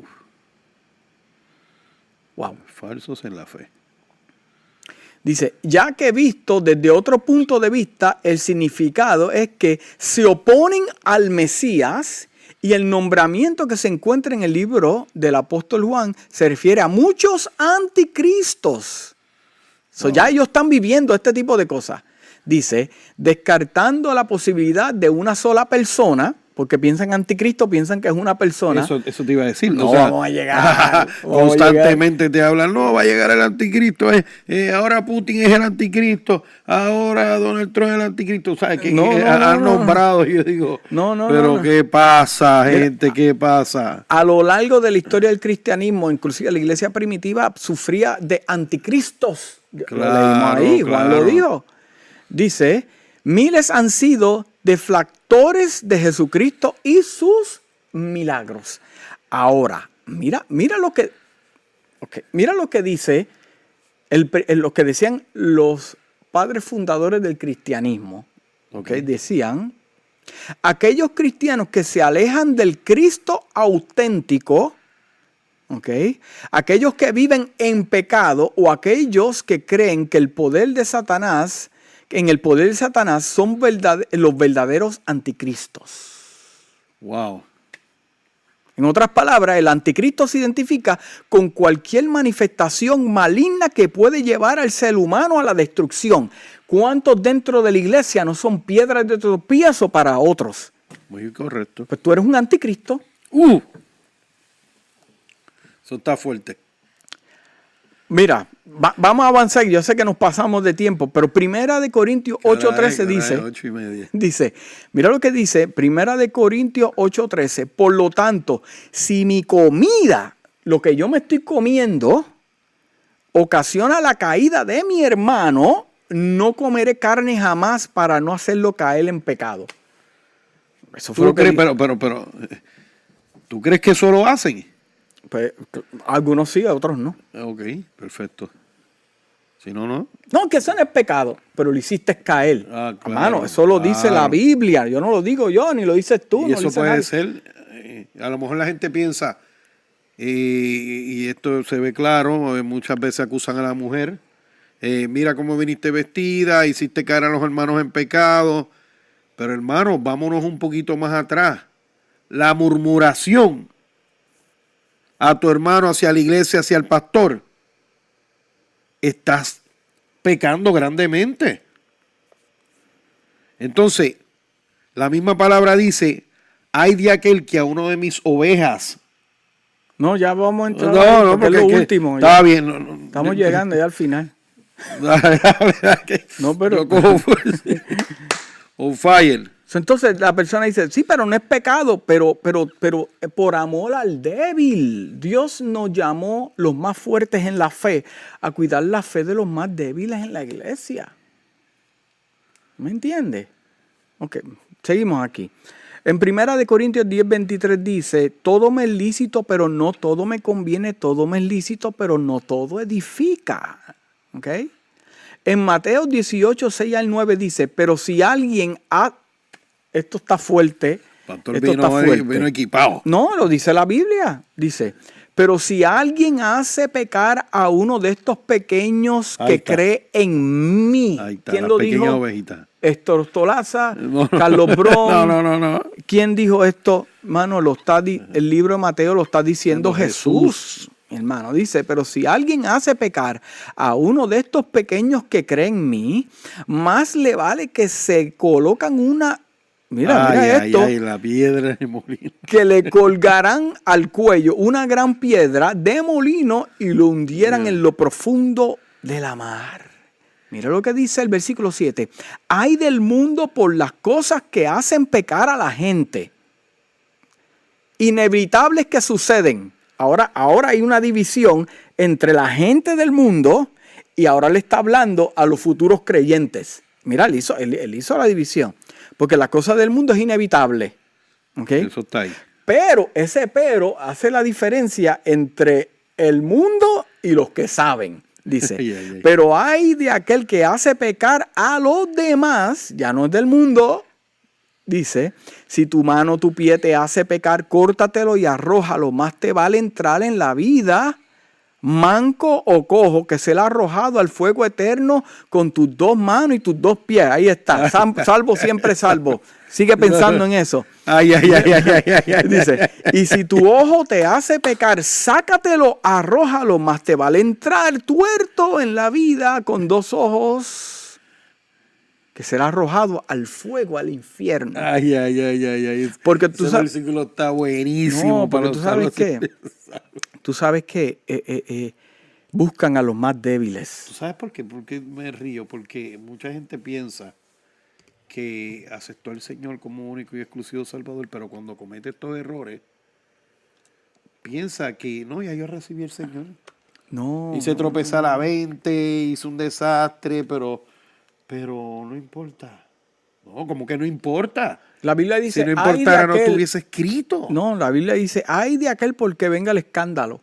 wow. Falsos en la fe. Dice, ya que visto desde otro punto de vista, el significado es que se oponen al Mesías, y el nombramiento que se encuentra en el libro del apóstol Juan se refiere a muchos anticristos. So, ya ellos están viviendo este tipo de cosas. Dice, descartando la posibilidad de una sola persona, porque piensan en anticristo, piensan que es una persona. Eso, eso te iba a decir. No, o sea, vamos a llegar. Vamos constantemente a llegar. te hablan, no, va a llegar el anticristo. Eh, eh, ahora Putin es el anticristo. Ahora Donald Trump es el anticristo. ¿Sabes? Que No, eh, no, han no, nombrado. Y yo digo, no, no, pero no, no. ¿qué pasa, gente? Mira, ¿qué pasa? A lo largo de la historia del cristianismo, inclusive la iglesia primitiva sufría de anticristos. Claro, lo leímos ahí, claro. Juan lo dijo. Dice, miles han sido deflactores de Jesucristo y sus milagros. Ahora, mira, mira lo que, okay, mira lo que dice, el, el, lo que decían los padres fundadores del cristianismo. Okay. Okay, decían, aquellos cristianos que se alejan del Cristo auténtico, okay, aquellos que viven en pecado o aquellos que creen que el poder de Satanás, en el poder de Satanás son verdad, los verdaderos anticristos. Wow. En otras palabras, el anticristo se identifica con cualquier manifestación maligna que puede llevar al ser humano a la destrucción. ¿Cuántos dentro de la iglesia no son piedras de tropiezo para otros? Muy correcto. Pues tú eres un anticristo. Uh. Eso está fuerte. Mira, va, vamos a avanzar. Yo sé que nos pasamos de tiempo, pero Primera de Corintios ocho trece dice, ocho y media. dice, mira lo que dice Primera de Corintios ocho trece. Por lo tanto, si mi comida, lo que yo me estoy comiendo, ocasiona la caída de mi hermano, no comeré carne jamás para no hacerlo caer en pecado. Eso fue lo que crees, pero, pero, pero, ¿tú crees que eso lo hacen? Pues, algunos sí, otros no. Ok, perfecto. Si no, no. No, que eso no es pecado, pero lo hiciste caer. Ah, claro, hermano, eso lo claro. dice la Biblia. Yo no lo digo yo, ni lo dices tú. Y no eso dice puede nadie. ser, eh, a lo mejor la gente piensa, eh, y esto se ve claro, eh, muchas veces acusan a la mujer, eh, mira cómo viniste vestida, hiciste caer a los hermanos en pecado. Pero hermanos, vámonos un poquito más atrás. La murmuración a tu hermano hacia la iglesia, hacia el pastor, estás pecando grandemente. Entonces, la misma palabra dice, ay de aquel que a uno de mis ovejas. No, ya vamos a entrar. No, ahí, no, porque es lo que, último. Está ya. bien. No, no, Estamos yo, llegando ya al final. No, pero... On fire. Entonces la persona dice, sí, pero no es pecado, pero, pero, pero por amor al débil. Dios nos llamó los más fuertes en la fe a cuidar la fe de los más débiles en la iglesia. ¿Me entiendes? Ok, seguimos aquí. En Primera de Corintios diez, veintitrés dice, todo me es lícito, pero no todo me conviene, todo me es lícito, pero no todo edifica. ¿Ok? En Mateo dieciocho, seis al nueve dice, pero si alguien ha... Esto está fuerte. Pastor esto vino, está fuerte. vino equipado. No, lo dice la Biblia. Dice, pero si alguien hace pecar a uno de estos pequeños Ahí que está. cree en mí. Ahí está, ¿Quién la lo pequeña dijo? ovejita. Héctor Ostolaza, No, no. Carlos Bron. No, no, no, no. ¿Quién dijo esto? Mano, lo está di- el libro de Mateo lo está diciendo Jesús. hermano, dice, pero si alguien hace pecar a uno de estos pequeños que creen en mí, más le vale que se colocan una, mira, ay, mira ay, esto, ay, la piedra de molino. que le colgarán al cuello una gran piedra de molino y lo hundieran Yeah. en lo profundo de la mar. Mira lo que dice el versículo siete. Ay del mundo por las cosas que hacen pecar a la gente, inevitables que suceden. Ahora, ahora hay una división entre la gente del mundo y ahora le está hablando a los futuros creyentes. Mira, él hizo, él, él hizo la división. Porque la cosa del mundo es inevitable. ¿Okay? Eso está ahí. Pero ese pero hace la diferencia entre el mundo y los que saben. Dice, Ay, ay, ay. pero hay de aquel que hace pecar a los demás, ya no es del mundo. Dice, si tu mano o tu pie te hace pecar, córtatelo y arrójalo. Más te vale entrar en la vida, manco o cojo, que será arrojado al fuego eterno con tus dos manos y tus dos pies. Ahí está, salvo siempre salvo. Sigue pensando en eso. Ay, ay, ay, ay, ay, ay, ay. Dice, y si tu ojo te hace pecar, sácatelo, arrójalo. Más te vale entrar tuerto en la vida con dos ojos, que será arrojado al fuego, al infierno. Ay, ay, ay, ay, ay. Porque tú Ese sabes, versículo está buenísimo. no, porque para tú sabes usarlo que, así. tú sabes que eh, eh, eh, buscan a los más ¿Tú débiles. sabes por qué? Porque me río, porque mucha gente piensa que aceptó al Señor como único y exclusivo Salvador, pero cuando comete estos errores, piensa que no, ya yo recibí el Señor. No. Hice tropezar a veinte, hice un desastre, pero, pero no importa. No, como que no importa. La Biblia dice, Si no "Ay de importara, no aquel-". estuviese escrito. No, la Biblia dice, ay de aquel porque venga el escándalo.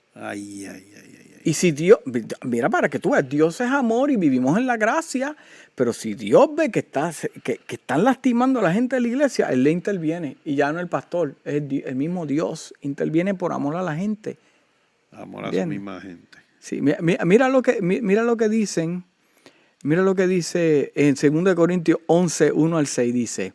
Ay, ay, ay, ay, ay. Y si Dios, mira para que tú veas, Dios es amor y vivimos en la gracia, pero si Dios ve que, está, que, que están lastimando a la gente de la iglesia, Él le interviene y ya no el pastor, es el, el mismo Dios, interviene por amor a la gente. Amor a Bien. su misma gente. Sí, mira, mira, lo que, mira lo que dicen, mira lo que dice en segunda de Corintios once, uno al seis, dice,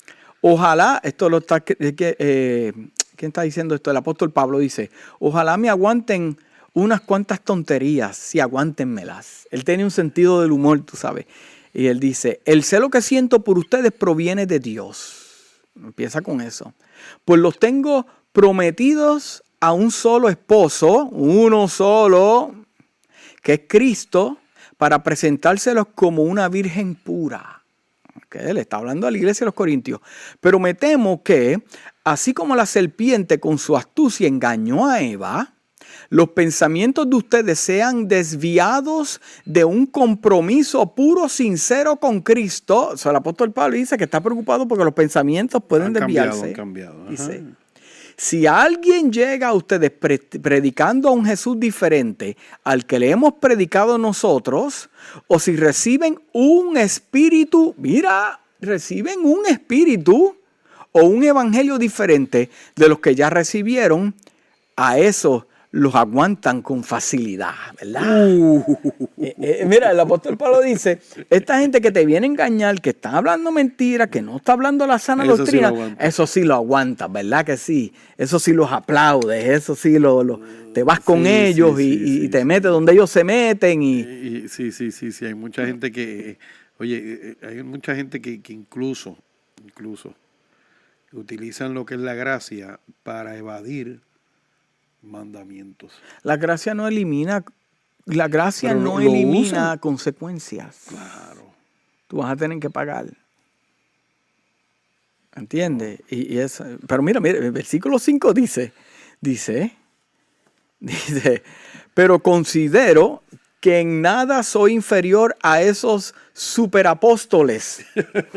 ojalá, esto lo está, eh, ¿quién está diciendo esto? El apóstol Pablo dice, ojalá me aguanten unas cuantas tonterías, si aguántenmelas. Él tiene un sentido del humor, tú sabes. Y él dice, el celo que siento por ustedes proviene de Dios. Empieza con eso. Pues los tengo prometidos a un solo esposo, uno solo, que es Cristo, para presentárselos como una virgen pura. Okay, le está hablando a la iglesia de los Corintios. Pero me temo que, así como la serpiente con su astucia engañó a Eva, los pensamientos de ustedes sean desviados de un compromiso puro, sincero con Cristo. O sea, el apóstol Pablo dice que está preocupado porque los pensamientos pueden Han desviarse. cambiado, han cambiado. Ajá. Dice, si alguien llega a ustedes pre predicando a un Jesús diferente al que le hemos predicado nosotros, o si reciben un espíritu, mira, reciben un espíritu o un evangelio diferente de los que ya recibieron, a eso los aguantan con facilidad, ¿verdad? Uh, eh, eh, mira, el apóstol Pablo dice, esta gente que te viene a engañar, que está hablando mentiras, que no está hablando la sana Eso doctrina, sí lo eso sí lo aguantas, ¿verdad que sí? Eso sí los aplaudes, eso sí lo, lo te vas con Sí, ellos sí, y, sí, y sí, te sí. metes donde ellos se meten. Y, Y- y- sí, sí, sí, sí. Hay mucha gente que, oye, eh, hay mucha gente que, que incluso, incluso, utilizan lo que es la gracia para evadir mandamientos. la gracia no elimina, la gracia Pero no lo- lo elimina usan. consecuencias. Claro. Tú vas a tener que pagar. ¿Entiendes? Y, y es, pero mira, mira, el versículo cinco dice, dice, dice, pero considero que en nada soy inferior a esos superapóstoles,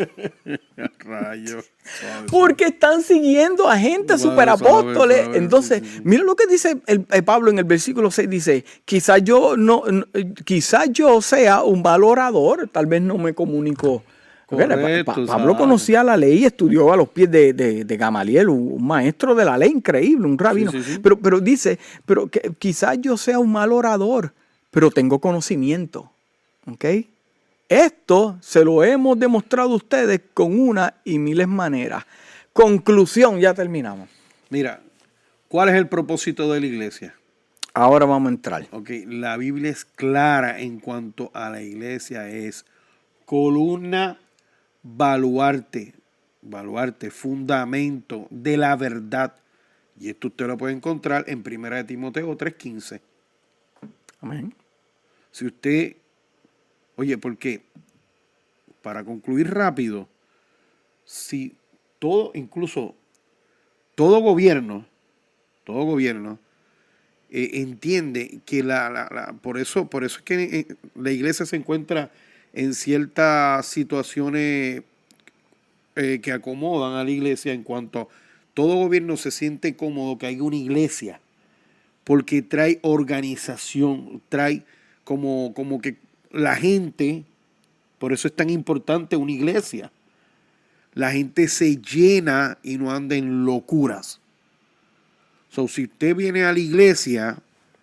Rayo. porque están siguiendo a gente Suave, superapóstoles. suave, suave, Entonces, sí, sí. mira lo que dice el, el Pablo en el versículo seis, dice, quizás yo no, no quizás yo sea un mal orador, tal vez no me comunico. Porque Pa- Correcto, Pa- Pablo sabe. conocía la ley y estudió a los pies de, de, de Gamaliel, un, un maestro de la ley increíble, un rabino. Sí, sí, sí. Pero, pero dice, pero que, quizás yo sea un mal orador, pero tengo conocimiento. ¿Ok? Esto se lo hemos demostrado a ustedes con una y miles maneras. Conclusión, ya terminamos. Mira, ¿cuál es el propósito de la iglesia? Ahora vamos a entrar. Ok, la Biblia es clara en cuanto a la iglesia, es columna, baluarte, baluarte, fundamento de la verdad. Y esto usted lo puede encontrar en primera de Timoteo tres quince. Amén. Si usted, oye, porque para concluir rápido, si todo, incluso todo gobierno, todo gobierno eh, entiende que la, la, la, por eso, por eso es que eh, la iglesia se encuentra en ciertas situaciones eh, que acomodan a la iglesia en cuanto a todo gobierno se siente cómodo que haya una iglesia, porque trae organización, trae como, como que la gente, por eso es tan importante una iglesia. La gente se llena y no anda en locuras. So, si usted viene a la iglesia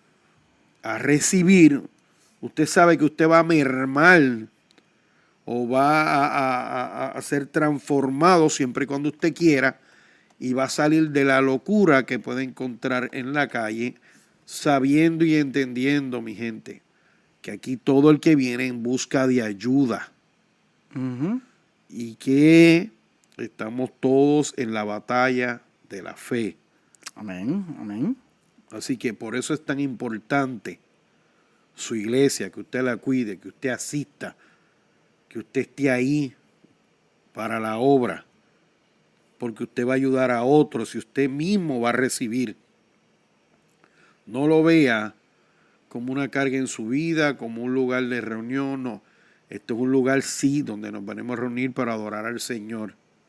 a recibir, usted sabe que usted va a mermar o va a, a, a, a ser transformado siempre y cuando usted quiera, y va a salir de la locura que puede encontrar en la calle, sabiendo y entendiendo, mi gente, que aquí todo el que viene en busca de ayuda. Uh-huh. Y que estamos todos en la batalla de la fe. Amén, amén. Así que por eso es tan importante su iglesia, que usted la cuide, que usted asista, que usted esté ahí para la obra. Porque usted va a ayudar a otros y usted mismo va a recibir. No lo vea como una carga en su vida, como un lugar de reunión, no. Esto es un lugar, sí, donde nos venimos a reunir para adorar al Señor.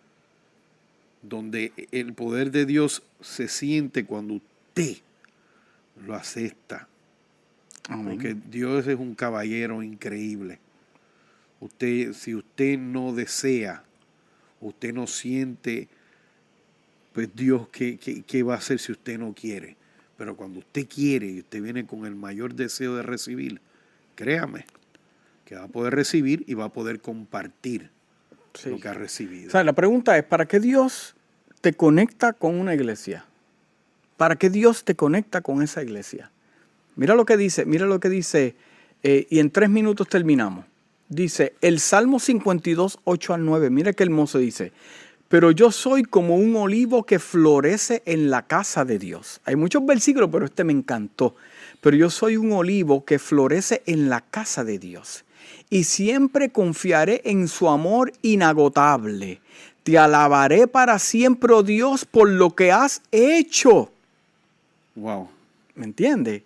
Donde el poder de Dios se siente cuando usted lo acepta. Amén. Porque Dios es un caballero increíble. Usted, si usted no desea, usted no siente, pues Dios, ¿qué, qué, qué va a hacer si usted no quiere? Pero cuando usted quiere y usted viene con el mayor deseo de recibir, créame, que va a poder recibir y va a poder compartir sí. lo que ha recibido. O sea, la pregunta es, ¿para qué Dios te conecta con una iglesia? ¿Para qué Dios te conecta con esa iglesia? Mira lo que dice, mira lo que dice, eh, y en tres minutos terminamos. Dice, el Salmo cincuenta y dos, ocho al nueve, mira qué hermoso dice. Pero yo soy como un olivo que florece en la casa de Dios. Hay muchos versículos, pero este me encantó. Pero yo soy un olivo que florece en la casa de Dios. Y siempre confiaré en su amor inagotable. Te alabaré para siempre, oh Dios, por lo que has hecho. Wow. ¿Me entiendes?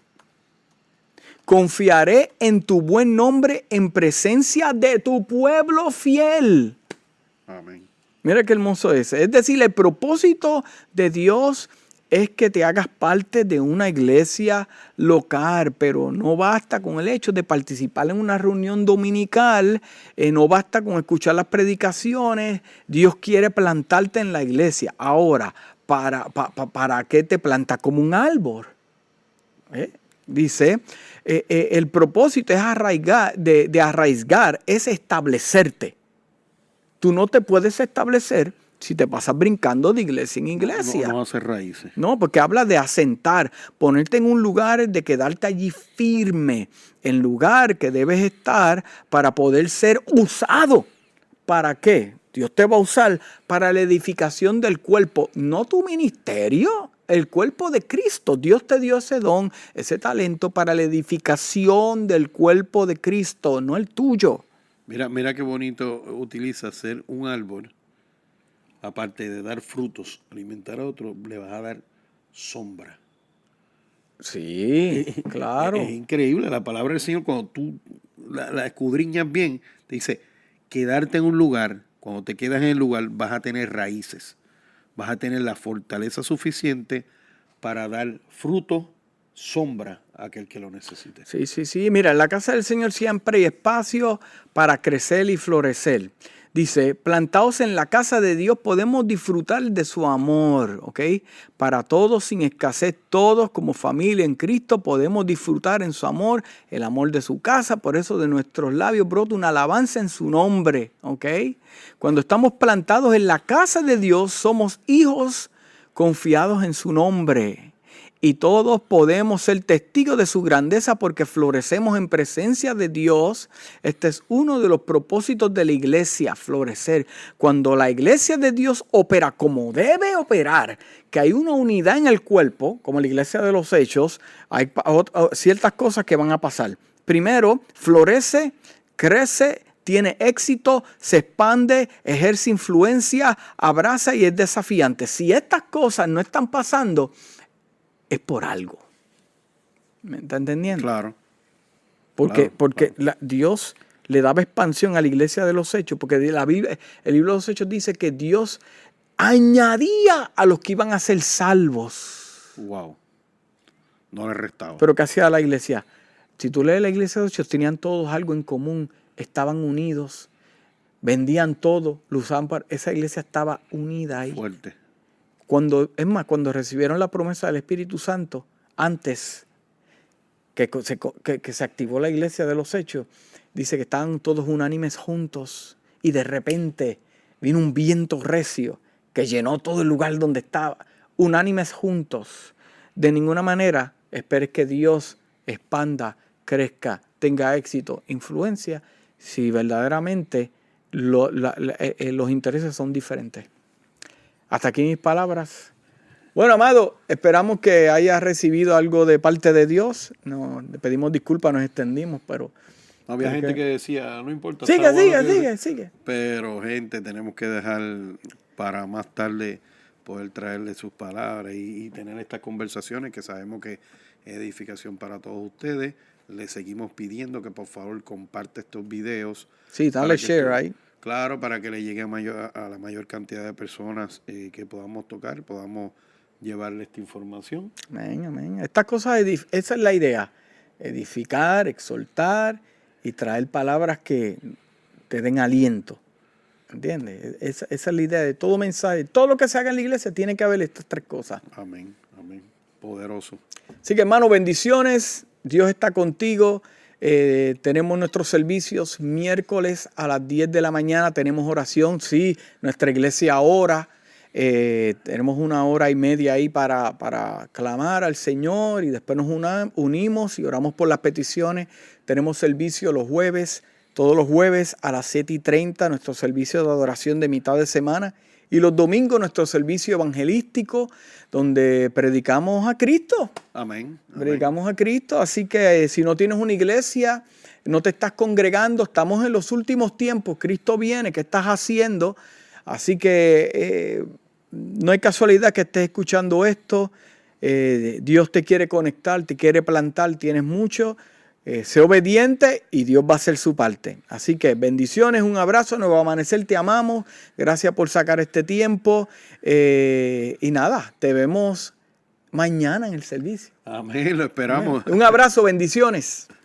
Confiaré en tu buen nombre en presencia de tu pueblo fiel. Amén. Mira qué hermoso es. Es decir, el propósito de Dios es que te hagas parte de una iglesia local, pero no basta con el hecho de participar en una reunión dominical, eh, no basta con escuchar las predicaciones. Dios quiere plantarte en la iglesia. Ahora, ¿para, pa, pa, para qué te planta como un árbol? ¿Eh? Dice, eh, eh, el propósito es arraigar, de, de arraigar, es establecerte. Tú no te puedes establecer si te pasas brincando de iglesia en iglesia. No, no hace raíces. No, porque habla de asentar, ponerte en un lugar, de quedarte allí firme, en lugar que debes estar para poder ser usado. ¿Para qué? Dios te va a usar para la edificación del cuerpo, no tu ministerio, el cuerpo de Cristo. Dios te dio ese don, ese talento para la edificación del cuerpo de Cristo, no el tuyo. Mira, mira qué bonito utiliza ser un árbol. Aparte de dar frutos, alimentar a otro, le vas a dar sombra. Sí, es, claro. Es, es increíble. La palabra del Señor, cuando tú la, la escudriñas bien, te dice, quedarte en un lugar, cuando te quedas en el lugar, vas a tener raíces. Vas a tener la fortaleza suficiente para dar fruto, sombra a aquel que lo necesite. Sí, sí, sí. Mira, en la casa del Señor siempre hay espacio para crecer y florecer. Dice, plantados en la casa de Dios podemos disfrutar de su amor, ¿ok? Para todos sin escasez, todos como familia en Cristo podemos disfrutar en su amor, el amor de su casa. Por eso de nuestros labios brota una alabanza en su nombre, ¿ok? Cuando estamos plantados en la casa de Dios, somos hijos confiados en su nombre. y todos podemos ser testigos de su grandeza porque florecemos en presencia de Dios. Este es uno de los propósitos de la iglesia, florecer. Cuando la iglesia de Dios opera como debe operar, que hay una unidad en el cuerpo, como la iglesia de los Hechos, hay ciertas cosas que van a pasar. Primero, florece, crece, tiene éxito, se expande, ejerce influencia, abraza y es desafiante. Si estas cosas no están pasando, es por algo. ¿Me está entendiendo? Claro. Porque, claro, porque claro. La, Dios le daba expansión a la iglesia de los Hechos, porque la Biblia, el libro de los Hechos dice que Dios añadía a los que iban a ser salvos. Wow. No le restaba. Pero ¿qué hacía la iglesia? Si tú lees la iglesia de los Hechos, tenían todos algo en común, estaban unidos, vendían todo, lo usaban para... Esa iglesia estaba unida ahí. Fuerte. Cuando, es más, cuando recibieron la promesa del Espíritu Santo, antes que se, que, que se activó la iglesia de los Hechos, dice que estaban todos unánimes juntos y de repente vino un viento recio que llenó todo el lugar donde estaba, unánimes juntos. De ninguna manera esperes que Dios expanda, crezca, tenga éxito, influencia, si verdaderamente lo, la, la, eh, los intereses son diferentes. Hasta aquí mis palabras. Bueno, amado, esperamos que hayas recibido algo de parte de Dios. No, le pedimos disculpas, nos extendimos, pero... Había gente que... que decía, no importa. Sigue, bueno sigue, que... sigue, sigue. Pero, gente, tenemos que dejar para más tarde poder traerle sus palabras y, y tener estas conversaciones que sabemos que es edificación para todos ustedes. Les seguimos pidiendo que por favor comparte estos videos. Sí, dale share esto, ahí. Claro, para que le llegue a, mayor, a la mayor cantidad de personas eh, que podamos tocar, podamos llevarle esta información. Amén, amén. Estas cosas, esa es la idea. Edificar, exhortar y traer palabras que te den aliento. ¿Entiendes? Esa, esa es la idea de todo mensaje. Todo lo que se haga en la iglesia tiene que haber estas tres cosas. Amén, amén. Poderoso. Así que, hermano, bendiciones. Dios está contigo. Eh, tenemos nuestros servicios miércoles a las diez de la mañana. Tenemos oración. Sí, nuestra iglesia ora. Eh, tenemos una hora y media ahí para, para clamar al Señor y después nos una, unimos y oramos por las peticiones. Tenemos servicio los jueves, todos los jueves a las siete y treinta, nuestro servicio de adoración de mitad de semana. Y los domingos nuestro servicio evangelístico donde predicamos a Cristo. Amén. Amén. Predicamos a Cristo. Así que eh, si no tienes una iglesia, no te estás congregando, estamos en los últimos tiempos. Cristo viene, ¿qué estás haciendo? Así que eh, no hay casualidad que estés escuchando esto. Eh, Dios te quiere conectar, te quiere plantar, tienes mucho. Eh, sé obediente y Dios va a hacer su parte. Así que bendiciones, un abrazo, nuevo amanecer, te amamos. Gracias por sacar este tiempo. Eh, y nada, te vemos mañana en el servicio. Amén, lo esperamos. Amén. Un abrazo, bendiciones.